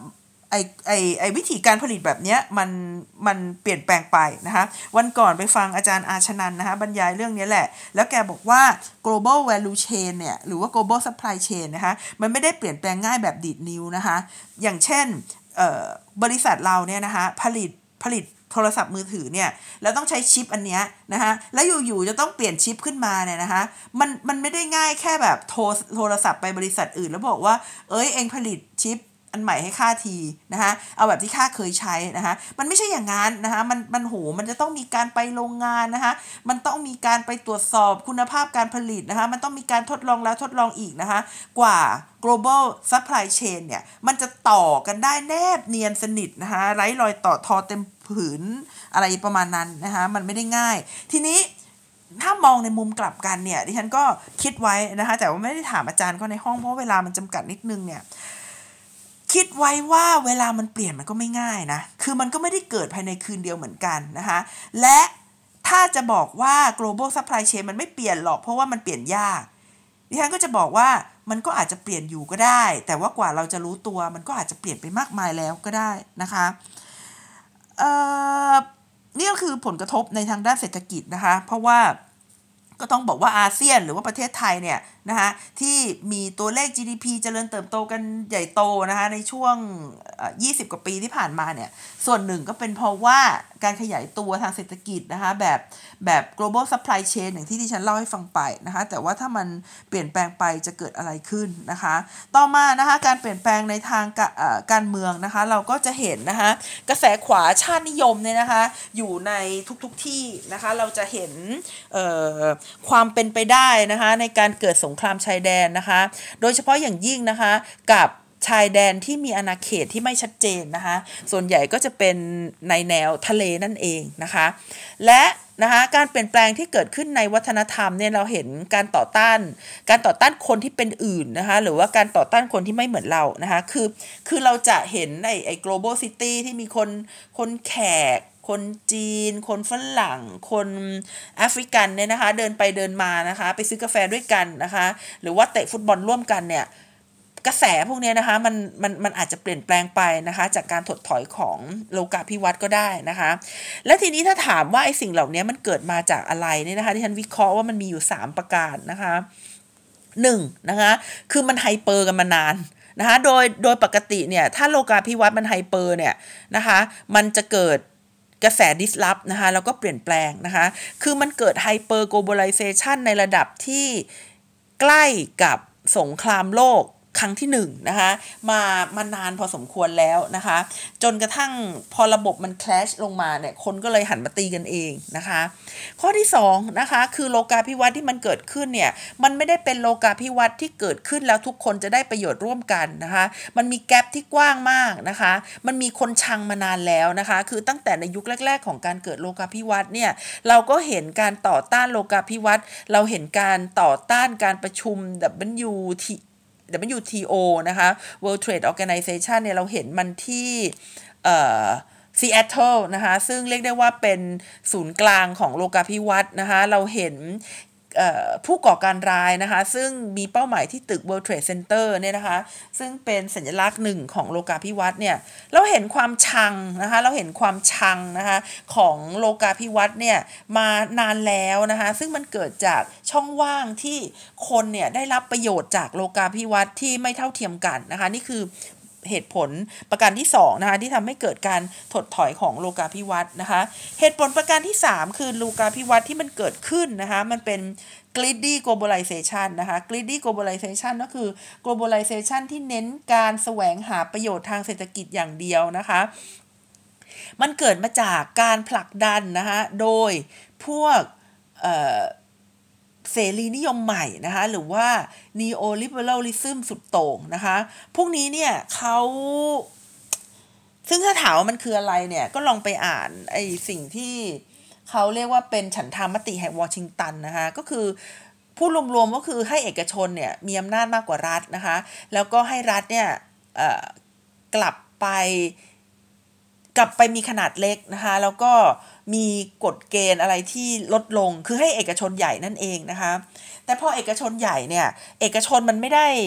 ไอไอไอวิธีการผลิตแบบเนี้ยมันมันเปลี่ยนแปลงไปนะคะวันก่อนไปฟังอาจารย์อาชนันท์นะคะบรรยายเรื่องนี้แหละแล้วแกบอกว่า global value chain เนี่ยหรือว่า global supply chain นะคะมันไม่ได้เปลี่ยนแปลงง่ายแบบดีดนิ้วนะคะอย่างเช่นบริษัทเราเนี่ยนะคะผลิตผลิตโทรศัพท์มือถือเนี่ยแล้วต้องใช้ชิปอันเนี้ยนะคะแล้วอยู่ๆจะต้องเปลี่ยนชิปขึ้นมาเนี่ยนะคะมันมันไม่ได้ง่ายแค่แบบโทรโทรศัพท์ไปบริษัทอื่นแล้วบอกว่าเอ้ยเองผลิตชิปอันใหม่ให้ข้าทีนะคะเอาแบบที่ข้าเคยใช้นะคะมันไม่ใช่อย่างนั้นนะคะมันมันโหมันจะต้องมีการไปโรงงานนะคะมันต้องมีการไปตรวจสอบคุณภาพการผลิตนะคะมันต้องมีการทดลองแล้วทดลองอีกนะคะกว่า global supply chain เนี่ยมันจะต่อกันได้แนบเนียนสนิทนะคะไร้รอยต่อทอเต็มผืนอะไรประมาณนั้นนะคะมันไม่ได้ง่ายทีนี้ถ้ามองในมุมกลับกันเนี่ยดิฉันก็คิดไว้นะคะแต่ว่าไม่ได้ถามอาจารย์ก็ในห้องเพราะเวลามันจำกัดนิดนึงเนี่ยคิดไว้ว่าเวลามันเปลี่ยนมันก็ไม่ง่ายนะคือมันก็ไม่ได้เกิดภายในคืนเดียวเหมือนกันนะคะและถ้าจะบอกว่า global supply chain มันไม่เปลี่ยนหรอกเพราะว่ามันเปลี่ยนยากดิฉันก็จะบอกว่ามันก็อาจจะเปลี่ยนอยู่ก็ได้แต่ว่ากว่าเราจะรู้ตัวมันก็อาจจะเปลี่ยนไปมากมายแล้วก็ได้นะคะเอ่อนี่ก็คือผลกระทบในทางด้านเศรษฐกิจนะคะเพราะว่าก็ต้องบอกว่าอาเซียนหรือว่าประเทศไทยเนี่ยนะคะที่มีตัวเลข จี ดี พี เจริญเติบโตกันใหญ่โตนะคะในช่วงยี่สิบกว่าปีที่ผ่านมาเนี่ยส่วนหนึ่งก็เป็นเพราะว่าการขยายตัวทางเศรษฐกิจนะคะแบบแบบ global supply chain อย่างที่ที่ฉันเล่าให้ฟังไปนะคะแต่ว่าถ้ามันเปลี่ยนแปลงไปจะเกิดอะไรขึ้นนะคะต่อมานะคะการเปลี่ยนแปลงในทางการเมืองนะคะเราก็จะเห็นนะคะกระแสขวาชาตินิยมเนี่ยนะคะอยู่ในทุกๆที่นะคะเราจะเห็นเอ่อความเป็นไปได้นะคะในการเกิดสงครามชายแดนนะคะโดยเฉพาะอย่างยิ่งนะคะกับชายแดนที่มีอาณาเขตที่ไม่ชัดเจนนะคะส่วนใหญ่ก็จะเป็นในแนวทะเลนั่นเองนะคะและนะคะการเปลี่ยนแปลงที่เกิดขึ้นในวัฒนธรรมเนี่ยเราเห็นการต่อต้านการต่อต้านคนที่เป็นอื่นนะคะหรือว่าการต่อต้านคนที่ไม่เหมือนเรานะคะคือคือเราจะเห็นในไอ้ global city ที่มีคนคนแขกคนจีนคนฝรั่งคนแอฟริกันเนี่ยนะคะเดินไปเดินมานะคะไปซื้อกาแฟด้วยกันนะคะหรือว่าเตะฟุตบอลร่วมกันเนี่ยกระแสพวกนี้นะคะมันมันมันอาจจะเปลี่ยนแปลงไปนะคะจากการถดถอยของโลกาภิวัตน์ก็ได้นะคะและทีนี้ถ้าถามว่าไอ้สิ่งเหล่านี้มันเกิดมาจากอะไรเนี่ยนะคะที่ฉันวิเคราะห์ว่ามันมีอยู่สามประการนะคะหนึ่งนะคะคือมันไฮเปอร์กันมานานนะคะโดยโดยปกติเนี่ยถ้าโลกาภิวัตน์มันไฮเปอร์เนี่ยนะคะมันจะเกิดกระแส disrupt นะคะแล้วก็เปลี่ยนแปลงนะคะคือมันเกิด hyper globalization ในระดับที่ใกล้กับสงครามโลกครั้งที่หนึ่งนะคะมามานานพอสมควรแล้วนะคะจนกระทั่งพอระบบมัน crash ลงมาเนี่ยคนก็เลยหันมาตีกันเองนะคะข้อที่สองนะคะคือโลกาภิวัตน์ที่มันเกิดขึ้นเนี่ยมันไม่ได้เป็นโลกาภิวัตน์ที่เกิดขึ้นแล้วทุกคนจะได้ประโยชน์ร่วมกันนะคะมันมีแกลบที่กว้างมากนะคะมันมีคนชังมานานแล้วนะคะคือตั้งแต่ในยุคแรกๆของการเกิดโลกาภิวัตน์เนี่ยเราก็เห็นการต่อต้านโลกาภิวัตน์เราเห็นการต่อต้านการประชุม ดับเบิลยู ที ดับเบิลยู ที โอ นะคะ World Trade Organization เนี่ยเราเห็นมันที่เอ่อซีแอตเทิลนะคะซึ่งเรียกได้ว่าเป็นศูนย์กลางของโลกาภิวัตน์นะคะเราเห็นผู้ก่อการร้ายนะคะซึ่งมีเป้าหมายที่ตึก World Trade Center เนี่ยนะคะซึ่งเป็นสัญลักษณ์หนึ่งของโลกาภิวัตน์เนี่ยเราเห็นความชังนะคะเราเห็นความชังนะคะของโลกาภิวัตน์เนี่ยมานานแล้วนะคะซึ่งมันเกิดจากช่องว่างที่คนเนี่ยได้รับประโยชน์จากโลกาภิวัตน์ที่ไม่เท่าเทียมกันนะคะนี่คือเหตุผลประการที่สองนะคะที่ทำให้เกิดการถดถอยของโลกาภิวัตน์นะคะเหตุผลประการที่สามคือโลกาภิวัตน์ที่มันเกิดขึ้นนะคะมันเป็น greedy globalization นะคะ greedy globalization ก็คือ globalization ที่เน้นการแสวงหาประโยชน์ทางเศรษฐกิจอย่างเดียวนะคะมันเกิดมาจากการผลักดันนะคะโดยพวกเอ่อเสรีนิยมใหม่นะคะหรือว่า neoliberalism สุดโต่งนะคะพวกนี้เนี่ยเขาซึ่งถ้าถามว่ามันคืออะไรเนี่ยก็ลองไปอ่านไอ้สิ่งที่เขาเรียกว่าเป็นฉันทามติแห่งวอชิงตันนะคะก็คือพูดรวมๆก็คือให้เอกชนเนี่ยมีอำนาจมากกว่ารัฐนะคะแล้วก็ให้รัฐเนี่ยกลับไปกลับไปมีขนาดเล็กนะคะแล้วก็มีกฎเกณฑ์อะไรที่ลดลงคือให้เอกชนใหญ่นั่นเองนะคะแต่พอเอกชนใหญ่เนี่ยเอกชนมันไม่ได้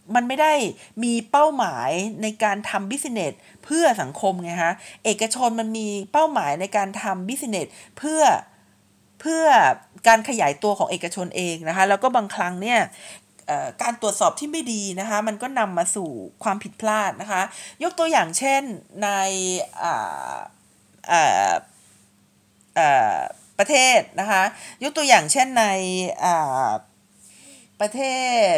มันไม่ได้มีเป้าหมายในการทำบิสเนสเพื่อสังคมไงฮะเอกชนมันมีเป้าหมายในการทำบิสเนสเพื่อเพื่อการขยายตัวของเอกชนเองนะคะแล้วก็บางครั้งเนี่ยการตรวจสอบที่ไม่ดีนะคะมันก็นำมาสู่ความผิดพลาดนะคะยกตัวอย่างเช่นในประเทศนะคะยกตัวอย่างเช่นในประเทศ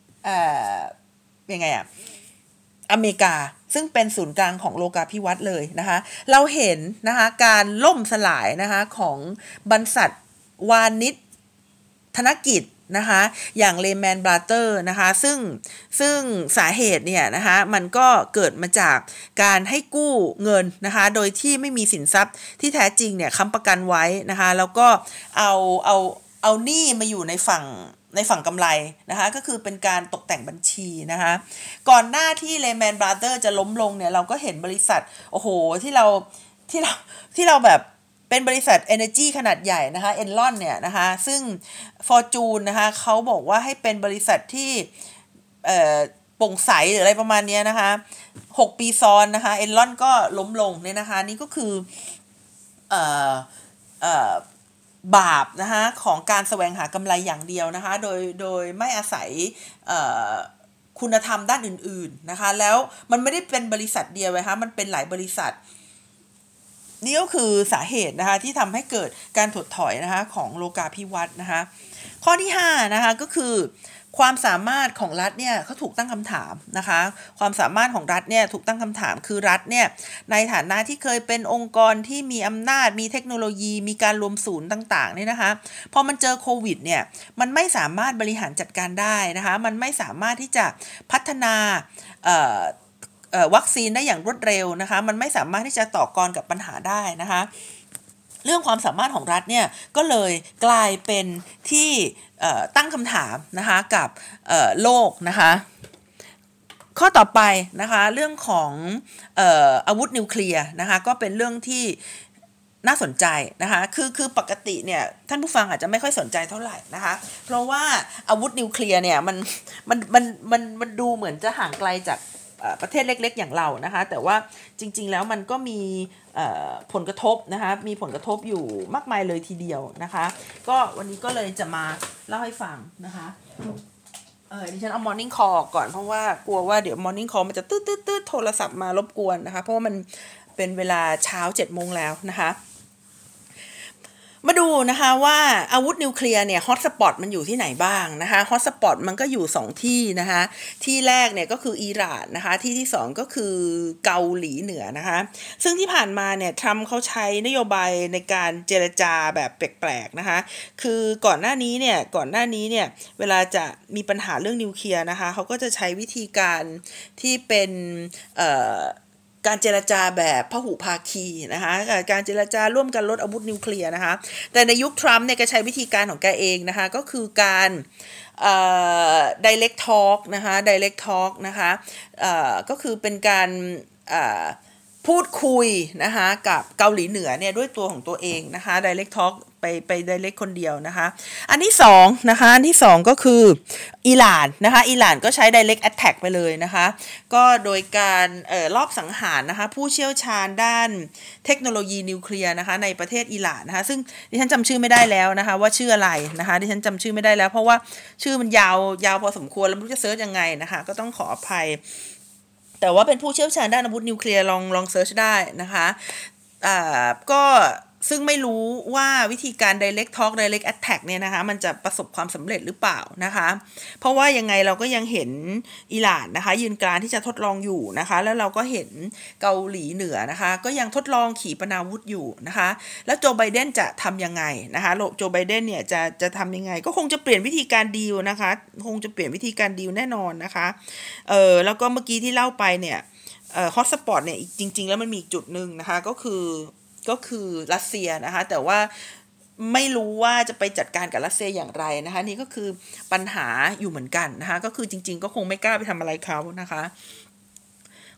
ยังไงอะอเมริกาซึ่งเป็นศูนย์กลางของโลกาภิวัตน์เลยนะคะเราเห็นนะคะการล่มสลายนะคะของบรรษัทวานิชธนกิจนะคะอย่างเลแมนบราเตอร์นะคะซึ่งซึ่งสาเหตุเนี่ยนะคะมันก็เกิดมาจากการให้กู้เงินนะคะโดยที่ไม่มีสินทรัพย์ที่แท้จริงเนี่ยค้ำประกันไว้นะคะแล้วก็เอาเอาเอาหนี้มาอยู่ในฝั่งในฝั่งกำไรนะคะก็คือเป็นการตกแต่งบัญชีนะคะก่อนหน้าที่เลแมนบราเตอร์จะล้มลงเนี่ยเราก็เห็นบริษัทโอ้โหที่เราที่เราที่เราแบบเป็นบริษัท Energy ขนาดใหญ่นะคะ Enron เนี่ยนะคะซึ่ง Fortune นะคะเขาบอกว่าให้เป็นบริษัทที่เอ่อโปร่งใสหรืออะไรประมาณนี้นะคะหกปีซ้อนนะคะ Enron ก็ล้มลงเนี่ยนะคะนี่ก็คือเอ่อเอ่อบาปนะคะของการแสวงหากำไรอย่างเดียวนะคะโดยโดยไม่อาศัยเอ่อคุณธรรมด้านอื่นๆนะคะแล้วมันไม่ได้เป็นบริษัทเดียวนะคะมันเป็นหลายบริษัทนี่ก็คือสาเหตุนะคะที่ทำให้เกิดการถดถอยนะคะของโลกาภิวัตน์นะคะข้อที่ห้านะคะก็คือความสามารถของรัฐเนี่ยเขาถูกตั้งคำถามนะคะความสามารถของรัฐเนี่ยถูกตั้งคำถามคือรัฐเนี่ยในฐานะที่เคยเป็นองค์กรที่มีอำนาจมีเทคโนโลยีมีการรวมศูนย์ต่างๆเนี่ยนะคะพอมันเจอโควิดเนี่ยมันไม่สามารถบริหารจัดการได้นะคะมันไม่สามารถที่จะพัฒนาเอ่อวัคซีนได้อย่างรวดเร็วนะคะมันไม่สามารถที่จะต่อกรกับปัญหาได้นะคะเรื่องความสามารถของรัฐเนี่ยก็เลยกลายเป็นที่ตั้งคำถามนะคะกับโลกนะคะข้อต่อไปนะคะเรื่องของเอ่ออาวุธนิวเคลียร์นะคะก็เป็นเรื่องที่น่าสนใจนะคะคือคือปกติเนี่ยท่านผู้ฟังอาจจะไม่ค่อยสนใจเท่าไหร่นะคะเพราะว่าอาวุธนิวเคลียร์เนี่ยมันมันมันมันมันดูเหมือนจะห่างไกลจากประเทศเล็กๆอย่างเรานะคะแต่ว่าจริงๆแล้วมันก็มีผลกระทบนะคะมีผลกระทบอยู่มากมายเลยทีเดียวนะคะก็วันนี้ก็เลยจะมาเล่าให้ฟังนะคะเออดิฉันเอา morning call ก่อนเพราะว่ากลัวว่าเดี๋ยว morning call มันจะตืดๆๆโทรศัพท์มารบกวนนะคะเพราะว่ามันเป็นเวลาเช้าเจ็ดโมงแล้วนะคะมาดูนะคะว่าอาวุธนิวเคลียร์เนี่ยฮอตสปอตมันอยู่ที่ไหนบ้างนะคะฮอตสปอตมันก็อยู่สองที่นะคะที่แรกเนี่ยก็คืออิหร่านนะคะที่ที่สองก็คือเกาหลีเหนือนะคะซึ่งที่ผ่านมาเนี่ยทรัมป์เขาใช้นโยบายในการเจรจาแบบแปลกๆนะคะคือก่อนหน้านี้เนี่ยก่อนหน้านี้เนี่ยเวลาจะมีปัญหาเรื่องนิวเคลียร์นะคะเขาก็จะใช้วิธีการที่เป็นเอ่อการเจรจาแบบพหุภาคีนะคะการเจรจาร่วมกันลดอาวุธนิวเคลียร์นะคะแต่ในยุคทรัมป์เนี่ยก็ใช้วิธีการของแกเองนะคะก็คือการเอ่อ direct talk นะคะ direct talk นะคะเอ่อก็คือเป็นการเอ่อพูดคุยนะคะกับเกาหลีเหนือเนี่ยด้วยตัวของตัวเองนะคะ direct talk ไปไป direct คนเดียวนะคะอันที่สองนะคะอันที่สองก็คืออิหร่านนะคะอิหร่านก็ใช้ direct attack ไปเลยนะคะก็โดยการเอ่อรอบสังหารนะคะผู้เชี่ยวชาญด้านเทคโนโลยีนิวเคลียร์นะคะในประเทศอิหร่านนะคะซึ่งดิฉันจำชื่อไม่ได้แล้วนะคะว่าชื่ออะไรนะคะดิฉันจำชื่อไม่ได้แล้วเพราะว่าชื่อมันยาวยาวพอสมควรแล้วไม่รู้จะเซิร์ชยังไงนะคะก็ต้องขออภัยแต่ว่าเป็นผู้เชี่ยวชาญด้านอาวุธนิวเคลียร์ลองลองเซิร์ชได้นะคะอ่าก็ซึ่งไม่รู้ว่าวิธีการ direct talk direct attack เนี่ยนะคะมันจะประสบความสำเร็จหรือเปล่านะคะเพราะว่ายังไงเราก็ยังเห็นอิหร่านนะคะยืนกรานที่จะทดลองอยู่นะคะแล้วเราก็เห็นเกาหลีเหนือนะคะก็ยังทดลองขีปนาวุธอยู่นะคะแล้วโจไบเดนจะทำยังไงนะคะโจไบเดนเนี่ยจะจะทำยังไงก็คงจะเปลี่ยนวิธีการดีลนะคะคงจะเปลี่ยนวิธีการดีลแน่นอนนะคะเออแล้วก็เมื่อกี้ที่เล่าไปเนี่ยเอ่อฮอตสปอตเนี่ยจริงๆแล้วมันมีอีกจุดนึงนะคะก็คือก็คือรัสเซียนะคะแต่ว่าไม่รู้ว่าจะไปจัดการกับรัสเซียอย่างไรนะคะนี่ก็คือปัญหาอยู่เหมือนกันนะคะก็คือจริงๆก็คงไม่กล้าไปทำอะไรเขานะคะ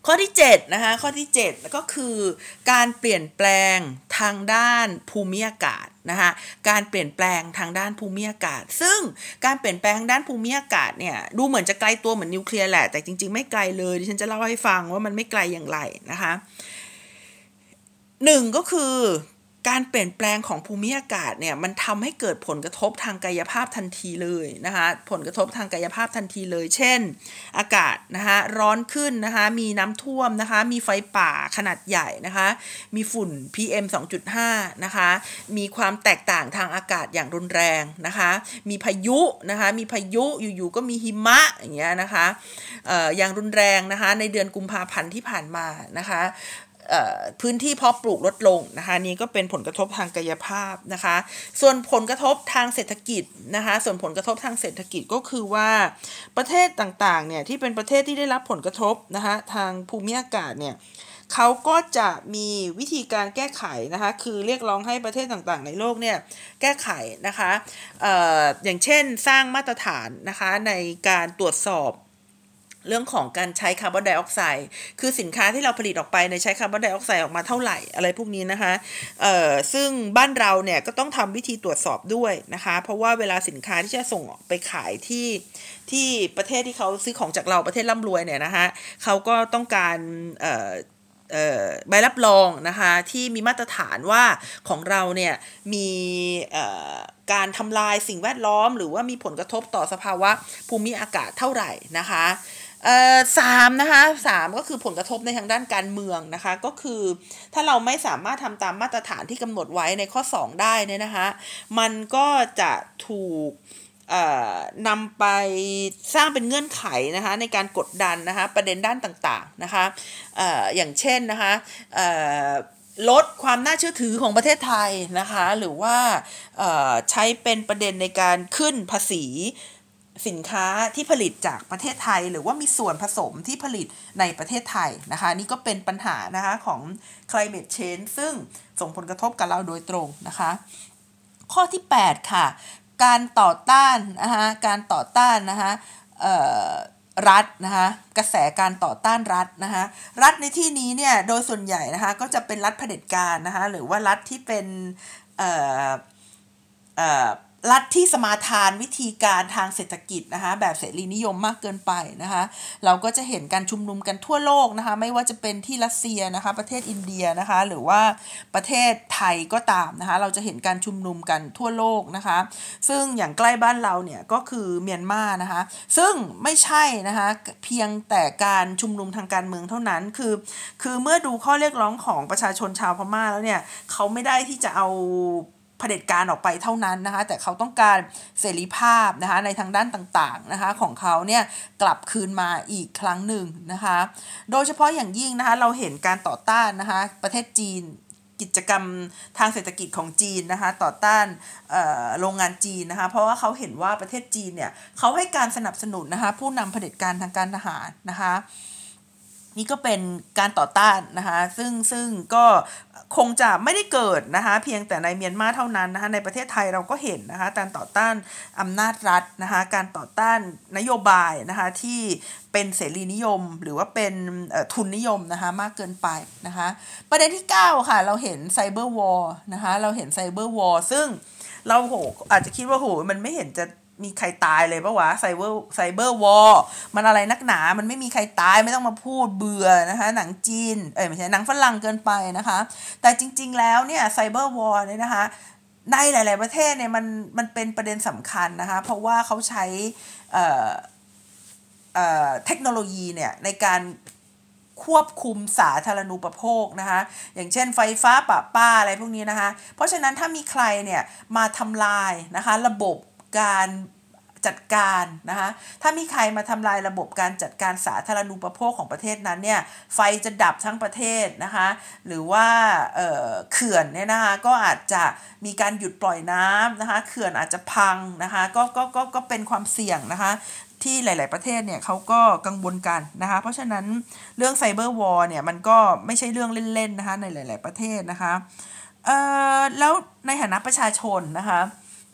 ข้อที่เจ็ดนะคะข้อที่เจ็ดก็คือการเปลี่ยนแปลงทางด้านภูมิอากาศนะคะการเปลี่ยนแปลงทางด้านภูมิอากาศซึ่งการเปลี่ยนแปลงทางด้านภูมิอากาศเนี่ยดูเหมือนจะไกลตัวเหมือนนิวเคลียร์แหละแต่จริงๆไม่ไกลเลยดิฉันจะเล่าให้ฟังว่ามันไม่ไกลอย่างไรนะคะหนึ่งก็คือการเปลี่ยนแปลงของภูมิอากาศเนี่ยมันทำให้เกิดผลกระทบทางกายภาพทันทีเลยนะคะผลกระทบทางกายภาพทันทีเลยเช่นอากาศนะคะร้อนขึ้นนะคะมีน้ำท่วมนะคะมีไฟป่าขนาดใหญ่นะคะมีฝุ่น พี เอ็ม สองจุดห้า นะคะมีความแตกต่างทางอากาศอย่างรุนแรงนะคะมีพายุนะคะมีพายุอยู่ๆก็มีหิมะอย่างเงี้ยนะคะเอ่ออย่างรุนแรงนะคะในเดือนกุมภาพันธ์ที่ผ่านมานะคะพื้นที่เพาะปลูกลดลงนะคะนี่ก็เป็นผลกระทบทางกายภาพนะคะส่วนผลกระทบทางเศรษฐกิจนะคะส่วนผลกระทบทางเศรษฐกิจก็คือว่าประเทศต่างๆเนี่ยที่เป็นประเทศที่ได้รับผลกระทบนะคะทางภูมิอากาศเนี่ยเขาก็จะมีวิธีการแก้ไขนะคะคือเรียกร้องให้ประเทศต่างๆในโลกเนี่ยแก้ไขนะคะเอ่ออย่างเช่นสร้างมาตรฐานนะคะในการตรวจสอบเรื่องของการใช้คาร์บอนไดออกไซด์คือสินค้าที่เราผลิตออกไปในใช้คาร์บอนไดออกไซด์ออกมาเท่าไหร่อะไรพวกนี้นะคะเอ่อซึ่งบ้านเราเนี่ยก็ต้องทำวิธีตรวจสอบด้วยนะคะเพราะว่าเวลาสินค้าที่จะส่งออกไปขายที่ที่ประเทศที่เขาซื้อของจากเราประเทศร่ำรวยเนี่ยนะคะเขาก็ต้องการเอ่อใบรับรองนะคะที่มีมาตรฐานว่าของเราเนี่ยมีการทำลายสิ่งแวดล้อมหรือว่ามีผลกระทบต่อสภาวะภูมิอากาศเท่าไหร่นะคะเอ่อสามนะคะสามก็คือผลกระทบในทางด้านการเมืองนะคะก็คือถ้าเราไม่สามารถทำตามมาตรฐานที่กำหนดไว้ในข้อสองได้เนี่ยนะคะมันก็จะถูกนำไปสร้างเป็นเงื่อนไขนะคะในการกดดันนะคะประเด็นด้านต่างๆนะคะเอ่ออย่างเช่นนะคะเอ่อลดความน่าเชื่อถือของประเทศไทยนะคะหรือว่าใช้เป็นประเด็นในการขึ้นภาษีสินค้าที่ผลิตจากประเทศไทยหรือว่ามีส่วนผสมที่ผลิตในประเทศไทยนะคะนี่ก็เป็นปัญหานะคะของ climate change ซึ่งส่งผลกระทบกับเราโดยตรงนะคะข้อที่แปดค่ะการต่อต้านนะคะการต่อต้านนะคะรัฐนะคะกระแสการต่อต้านรัฐนะคะรัฐในที่นี้เนี่ยโดยส่วนใหญ่นะคะก็จะเป็นรัฐเผด็จการนะคะหรือว่ารัฐที่เป็นเอ่อเอ่อรัฐที่สมาทานวิธีการทางเศรษฐกิจนะคะแบบเสรีนิยมมากเกินไปนะคะเราก็จะเห็นการชุมนุมกันทั่วโลกนะคะไม่ว่าจะเป็นที่รัสเซียนะคะประเทศอินเดียนะคะหรือว่าประเทศไทยก็ตามนะคะเราจะเห็นการชุมนุมกันทั่วโลกนะคะซึ่งอย่างใกล้บ้านเราเนี่ยก็คือเมียนมานะคะซึ่งไม่ใช่นะคะเพียงแต่การชุมนุมทางการเมืองเท่านั้นคือคือเมื่อดูข้อเรียกร้องของประชาชนชาวพม่าแล้วเนี่ยเขาไม่ได้ที่จะเอาเผด็จการออกไปเท่านั้นนะคะแต่เขาต้องการเสรีภาพนะคะในทางด้านต่างๆนะคะของเขาเนี่ยกลับคืนมาอีกครั้งหนึ่งนะคะโดยเฉพาะอย่างยิ่งนะคะเราเห็นการต่อต้านนะคะประเทศจีนกิจกรรมทางเศรษฐกิจของจีนนะคะต่อต้านโรงงานจีนนะคะเพราะว่าเขาเห็นว่าประเทศจีนเนี่ยเขาให้การสนับสนุนนะคะผู้นำเผด็จการทางการทหารนะคะนี่ก็เป็นการต่อต้านนะคะซึ่งซึ่งก็คงจะไม่ได้เกิดนะคะเพียงแต่ในเมียนมาเท่านั้นนะคะในประเทศไทยเราก็เห็นนะคะการต่อต้านอำนาจรัฐนะคะการต่อต้านนโยบายนะคะที่เป็นเสรีนิยมหรือว่าเป็นทุนนิยมนะคะมากเกินไปนะคะประเด็นที่เก้าค่ะเราเห็นไซเบอร์วอร์นะคะเราเห็นไซเบอร์วอร์ซึ่งเราโหอาจจะคิดว่าโหมันไม่เห็นจะมีใครตายเลยปะวะไซเบอร์ไซเบอร์วอร์มันอะไรนักหนามันไม่มีใครตายไม่ต้องมาพูดเบื่อนะคะหนังจีนเอ้ยไม่ใช่หนังฝรั่งเกินไปนะคะแต่จริงๆแล้วเนี่ยไซเบอร์วอร์เนี่ยนะคะในหลายๆประเทศเนี่ยมันมันเป็นประเด็นสำคัญนะคะเพราะว่าเขาใช้เอ่อเอ่อเทคโนโลยีเนี่ยในการควบคุมสาธารณูปโภคนะคะอย่างเช่นไฟฟ้าประปาอะไรพวกนี้นะคะเพราะฉะนั้นถ้ามีใครเนี่ยมาทำลายนะคะระบบการจัดการนะคะถ้ามีใครมาทำลายระบบการจัดการสาธารณูปโภคของประเทศนั้นเนี่ยไฟจะดับทั้งประเทศนะคะหรือว่า เอ่อ เขื่อนเนี่ยนะคะก็อาจจะมีการหยุดปล่อยน้ำนะคะเขื่อนอาจจะพังนะคะก็ก็ก็ก็เป็นความเสี่ยงนะคะที่หลายๆประเทศเนี่ยเขาก็กังวลกันนะคะเพราะฉะนั้นเรื่องไซเบอร์วอร์เนี่ยมันก็ไม่ใช่เรื่องเล่นๆนะคะในหลายๆประเทศนะคะเอ่อแล้วในฐานะประชาชนนะคะ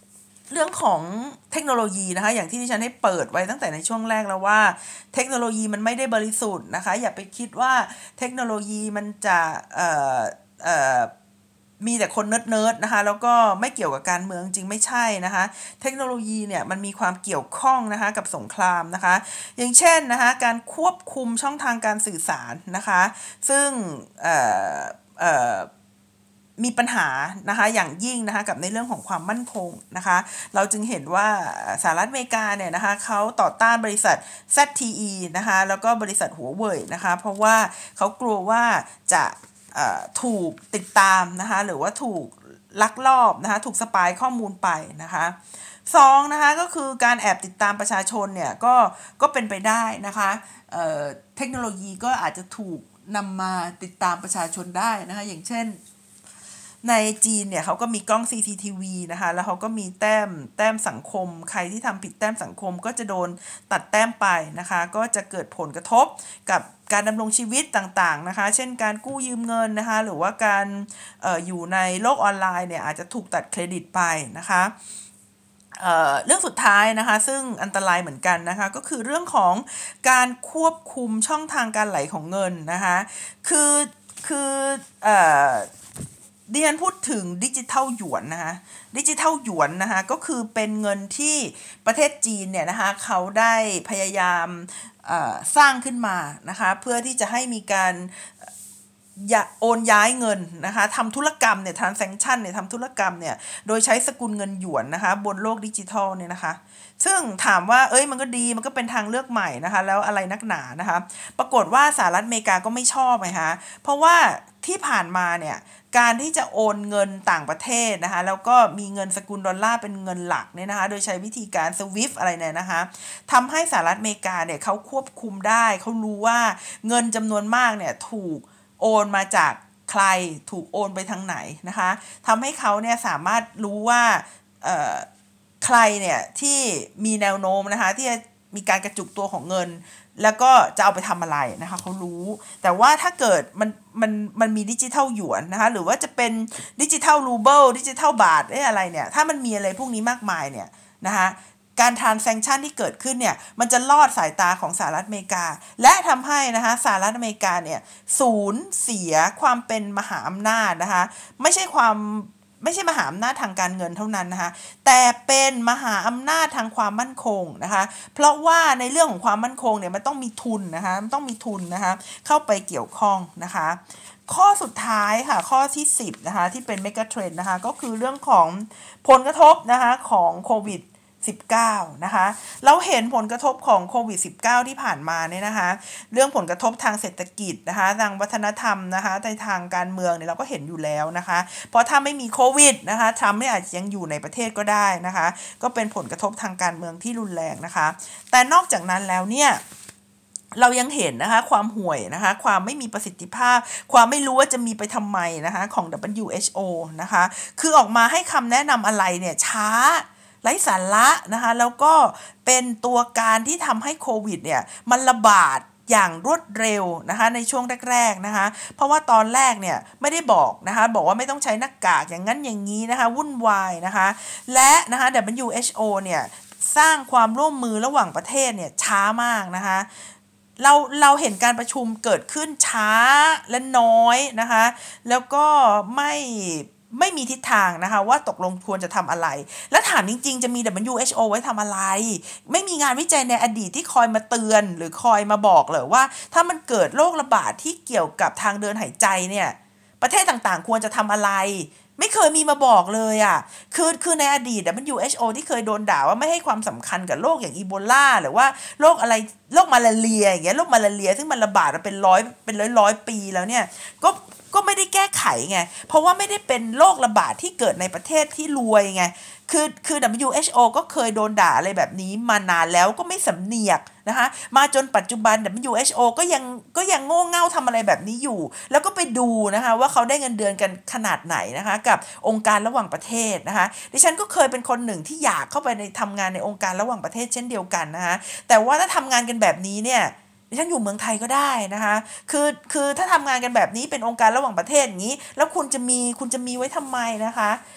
เรื่องของเทคโนโลยีนะคะอย่างที่ดิฉันได้เปิดไว้ตั้งแต่ในช่วงแรกแล้วว่าเทคโนโลยีมันไม่ได้บริสุทธิ์นะคะอย่าไปคิดว่าเทคโนโลยีมันจะเอ่อเอ่อมีแต่คนเนิร์ดๆนะคะแล้วก็ไม่เกี่ยวกับการเมืองจริงไม่ใช่นะคะเทคโนโลยีเนี่ยมันมีความเกี่ยวข้องนะคะกับสงครามนะคะอย่างเช่นนะคะการควบคุมช่องทางการสื่อสารนะคะซึ่งเอ่อเอ่อมีปัญหานะคะอย่างยิ่งนะคะกับในเรื่องของความมั่นคงนะคะเราจึงเห็นว่าสหรัฐอเมริกาเนี่ยนะคะเขาต่อต้านบริษัท แซด ที อี นะคะแล้วก็บริษัทหัวเว่ยนะคะเพราะว่าเขากลัวว่าจะถูกติดตามนะคะหรือว่าถูกลักลอบนะคะถูกสปายข้อมูลไปนะคะสองนะคะก็คือการแอบติดตามประชาชนเนี่ยก็ก็เป็นไปได้นะคะเอ่อเทคโนโลยีก็อาจจะถูกนำมาติดตามประชาชนได้นะคะอย่างเช่นในจีนเนี่ยเขาก็มีกล้อง ซี ซี ที วี นะคะแล้วเขาก็มีแต้มแต้มสังคมใครที่ทำผิดแต้มสังคมก็จะโดนตัดแต้มไปนะคะก็จะเกิดผลกระทบกับการดำรงชีวิตต่างๆนะคะเช่นการกู้ยืมเงินนะคะหรือว่าการเอ่ออยู่ในโลกออนไลน์เนี่ยอาจจะถูกตัดเครดิตไปนะคะเอ่อเรื่องสุดท้ายนะคะซึ่งอันตรายเหมือนกันนะคะก็คือเรื่องของการควบคุมช่องทางการไหลของเงินนะคะคือคือเอ่อดิฉันพูดถึงดิจิทัลหยวนนะคะดิจิทัลหยวนนะคะก็คือเป็นเงินที่ประเทศจีนเนี่ยนะคะเขาได้พยายามสร้างขึ้นมานะคะเพื่อที่จะให้มีการโอนย้ายเงินนะคะทำธุรกรรมเนี่ย transaction เนี่ยทำธุรกรรมเนี่ยโดยใช้สกุลเงินหยวนนะคะบนโลกดิจิทัลเนี่ยนะคะซึ่งถามว่าเอ้ยมันก็ดีมันก็เป็นทางเลือกใหม่นะคะแล้วอะไรนักหนานะคะปรากฏว่าสหรัฐอเมริกาก็ไม่ชอบไงคะเพราะว่าที่ผ่านมาเนี่ยการที่จะโอนเงินต่างประเทศนะคะแล้วก็มีเงินสกุลดอลลาร์เป็นเงินหลักเนี่ยนะคะโดยใช้วิธีการ สวิฟต์ อะไรเนี่ยนะคะทำให้สหรัฐอเมริกาเนี่ยเขาควบคุมได้เขารู้ว่าเงินจำนวนมากเนี่ยถูกโอนมาจากใครถูกโอนไปทางไหนนะคะทำให้เขาเนี่ยสามารถรู้ว่าใครเนี่ยที่มีแนวโน้มนะคะที่จะมีการกระจุกตัวของเงินแล้วก็จะเอาไปทำอะไรนะคะเขารู้แต่ว่าถ้าเกิดมันมันมันมีดิจิทัลหยวนนะคะหรือว่าจะเป็นดิจิทัลรูเบิลดิจิทัลบาทอะไรเนี่ยถ้ามันมีอะไรพวกนี้มากมายเนี่ยนะคะการ transaction ที่เกิดขึ้นเนี่ยมันจะลอดสายตาของสหรัฐอเมริกาและทำให้นะคะสหรัฐอเมริกาเนี่ยสูญเสียความเป็นมหาอำนาจนะคะไม่ใช่ความไม่ใช่มหาอำนาจทางการเงินเท่านั้นนะคะแต่เป็นมหาอำนาจทางความมั่นคงนะคะเพราะว่าในเรื่องของความมั่นคงเนี่ยมันต้องมีทุนนะคะมันต้องมีทุนนะคะเข้าไปเกี่ยวข้องนะคะข้อสุดท้ายค่ะข้อที่สิบนะคะที่เป็นเมกะเทรนด์นะคะก็คือเรื่องของผลกระทบนะคะของโควิดสิบเก้า นะคะเราเห็นผลกระทบของโควิดสิบเก้า ที่ผ่านมาเนี่ยนะคะเรื่องผลกระทบทางเศรษฐกิจนะคะทางวัฒนธรรมนะคะในทางการเมืองเนี่ยเราก็เห็นอยู่แล้วนะคะเพราะถ้าไม่มีโควิดนะคะทรัมป์ไม่อาจจะยังอยู่ในประเทศก็ได้นะคะก็เป็นผลกระทบทางการเมืองที่รุนแรงนะคะแต่นอกจากนั้นแล้วเนี่ยเรายังเห็นนะคะความห่วยนะคะความไม่มีประสิทธิภาพความไม่รู้ว่าจะมีไปทำไมนะคะของ ดับเบิลยู เอช โอ นะคะคือออกมาให้คำแนะนำอะไรเนี่ยช้าไร้สาระนะคะแล้วก็เป็นตัวการที่ทำให้โควิดเนี่ยมันระบาดอย่างรวดเร็วนะคะในช่วงแรกๆนะคะเพราะว่าตอนแรกเนี่ยไม่ได้บอกนะคะบอกว่าไม่ต้องใช้หน้ากากอย่างนั้นอย่างนี้นะคะวุ่นวายนะคะและนะคะ ดับเบิลยู เอช โอ เนี่ยสร้างความร่วมมือระหว่างประเทศเนี่ยช้ามากนะคะเราเราเห็นการประชุมเกิดขึ้นช้าและน้อยนะคะแล้วก็ไม่ไม่มีทิศทางนะคะว่าตกลงควรจะทำอะไรและถามจริงๆจะมี ดับเบิลยู เอช โอ ไว้ทำอะไรไม่มีงานวิจัยในอดีตที่คอยมาเตือนหรือคอยมาบอกเลยว่าถ้ามันเกิดโรคระบาดที่เกี่ยวกับทางเดินหายใจเนี่ยประเทศต่างๆควรจะทำอะไรไม่เคยมีมาบอกเลยอ่ะคือคือในอดีต ดับเบิลยู เอช โอ ที่เคยโดนด่าว่าไม่ให้ความสำคัญกับโรคอย่างอีโบลาหรือว่าโรคอะไรโรคมาลาเรียอย่างเงี้ยโรคมาลาเรียซึ่งมันระบาดมาเป็นร้อยเป็นร้อยร้อยปีแล้วเนี่ยก็ก็ไม่ได้แก้ไขไงเพราะว่าไม่ได้เป็นโรคระบาดที่เกิดในประเทศที่รวยไงคือคือ ดับเบิลยู เอช โอ ก็เคยโดนด่าอะไรแบบนี้มานานแล้วก็ไม่สำเนียกนะคะมาจนปัจจุบัน ดับเบิลยู เอช โอ ก็ยังก็ยังโง่เง่าทำอะไรแบบนี้อยู่แล้วก็ไปดูนะคะว่าเขาได้เงินเดือนกันขนาดไหนนะคะกับองค์การระหว่างประเทศนะคะดิฉันก็เคยเป็นคนหนึ่งที่อยากเข้าไปในทำงานในองค์การระหว่างประเทศเช่นเดียวกันนะคะแต่ว่าถ้าทำงานกันแบบนี้เนี่ยดิฉันอยู่เมืองไทยก็ได้นะคะคือคือถ้าทำงานกันแบบนี้เป็นองค์การระหว่างประเทศอย่างนี้แล้วคุณจะมีคุณจะมีไว้ทำไมนะคะ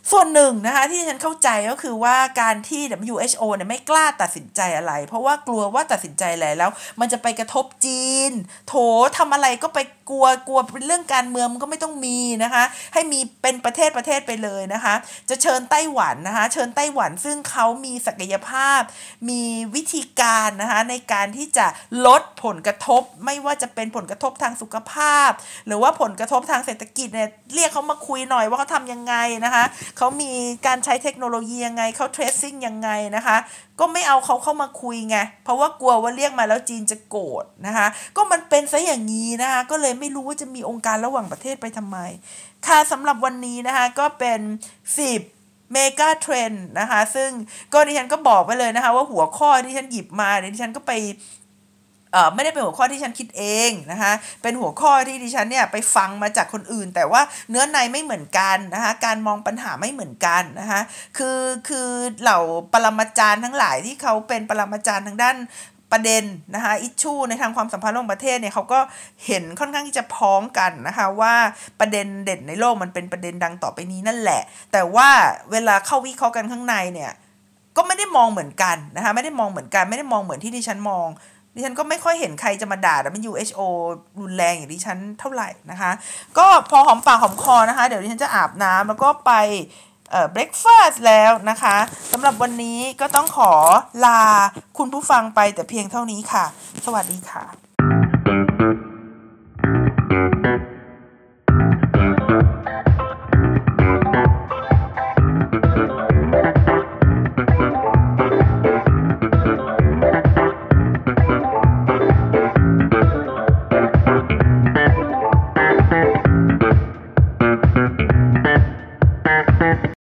ส่วนหนึ่งนะคะที่ฉันเข้าใจก็คือว่าการที่ ดับเบิลยู เอช โอ เนี่ยไม่กล้าตัดสินใจอะไรเพราะว่ากลัวว่าตัดสินใจอะไรแล้วมันจะไปกระทบจีนโถทำอะไรก็ไปกลัวกลัวเป็นเรื่องการเมืองมันก็ไม่ต้องมีนะคะให้มีเป็นประเทศประเทศไปเลยนะคะจะเชิญไต้หวันนะคะเชิญไต้หวันซึ่งเขามีศักยภาพมีวิธีการนะคะในการที่จะลดผลกระทบไม่ว่าจะเป็นผลกระทบทางสุขภาพหรือว่าผลกระทบทางเศรษฐกิจเนี่ยเรียกเขามาคุยหน่อยว่าเขาทำยังไงนะคะเขามีการใช้เทคโนโลยียังไงเขาเทรซซิ่งยังไงนะคะก็ไม่เอาเขาเข้ามาคุยไงเพราะว่ากลัวว่าเรียกมาแล้วจีนจะโกรธนะคะก็มันเป็นซะอย่างนี้นะคะก็เลยไม่รู้ว่าจะมีองค์การระหว่างประเทศไปทำไมค่ะสำหรับวันนี้นะคะก็เป็นสิบเมกาเทรนด์นะคะซึ่งก็ดิฉันก็บอกไปเลยนะคะว่าหัวข้อที่ฉันหยิบมาดิฉันก็ไปเอ่อไม่ได้เป็นหัวข้อที่ฉันคิดเองนะคะเป็นหัวข้อที่ดิฉันเนี่ยไปฟังมาจากคนอื่นแต่ว่าเนื้อในไม่เหมือนกันนะคะการมองปัญหาไม่เหมือนกันนะคะคือคือเหล่าปรมาจารย์ทั้งหลายที่เขาเป็นปรมาจารย์ทางด้านประเด็นนะคะอิชชูในทางความสัมพันธ์ระหว่างประเทศเนี่ยเขาก็เห็นค่อนข้างที่จะพ้องกันนะคะว่าประเด็นเด่นในโลกมันเป็นประเด็นดังต่อไปนี้นั่นแหละแต่ว่าเวลาเข้าวิเคราะห์กันข้างในเนี่ยก็ไม่ได้มองเหมือนกันนะคะไม่ได้มองเหมือนกันไม่ได้มองเหมือนที่ดิฉันมองดิฉันก็ไม่ค่อยเห็นใครจะมาด่า ดับเบิลยู เอช โอ รุนแรงอย่างดิฉันเท่าไหร่นะคะก็พอหอมปากหอมคอนะคะเดี๋ยวดิฉันจะอาบน้ำแล้วก็ไปเอ่อ breakfast แล้วนะคะสำหรับวันนี้ก็ต้องขอลาคุณผู้ฟังไปแต่เพียงเท่านี้ค่ะสวัสดีค่ะ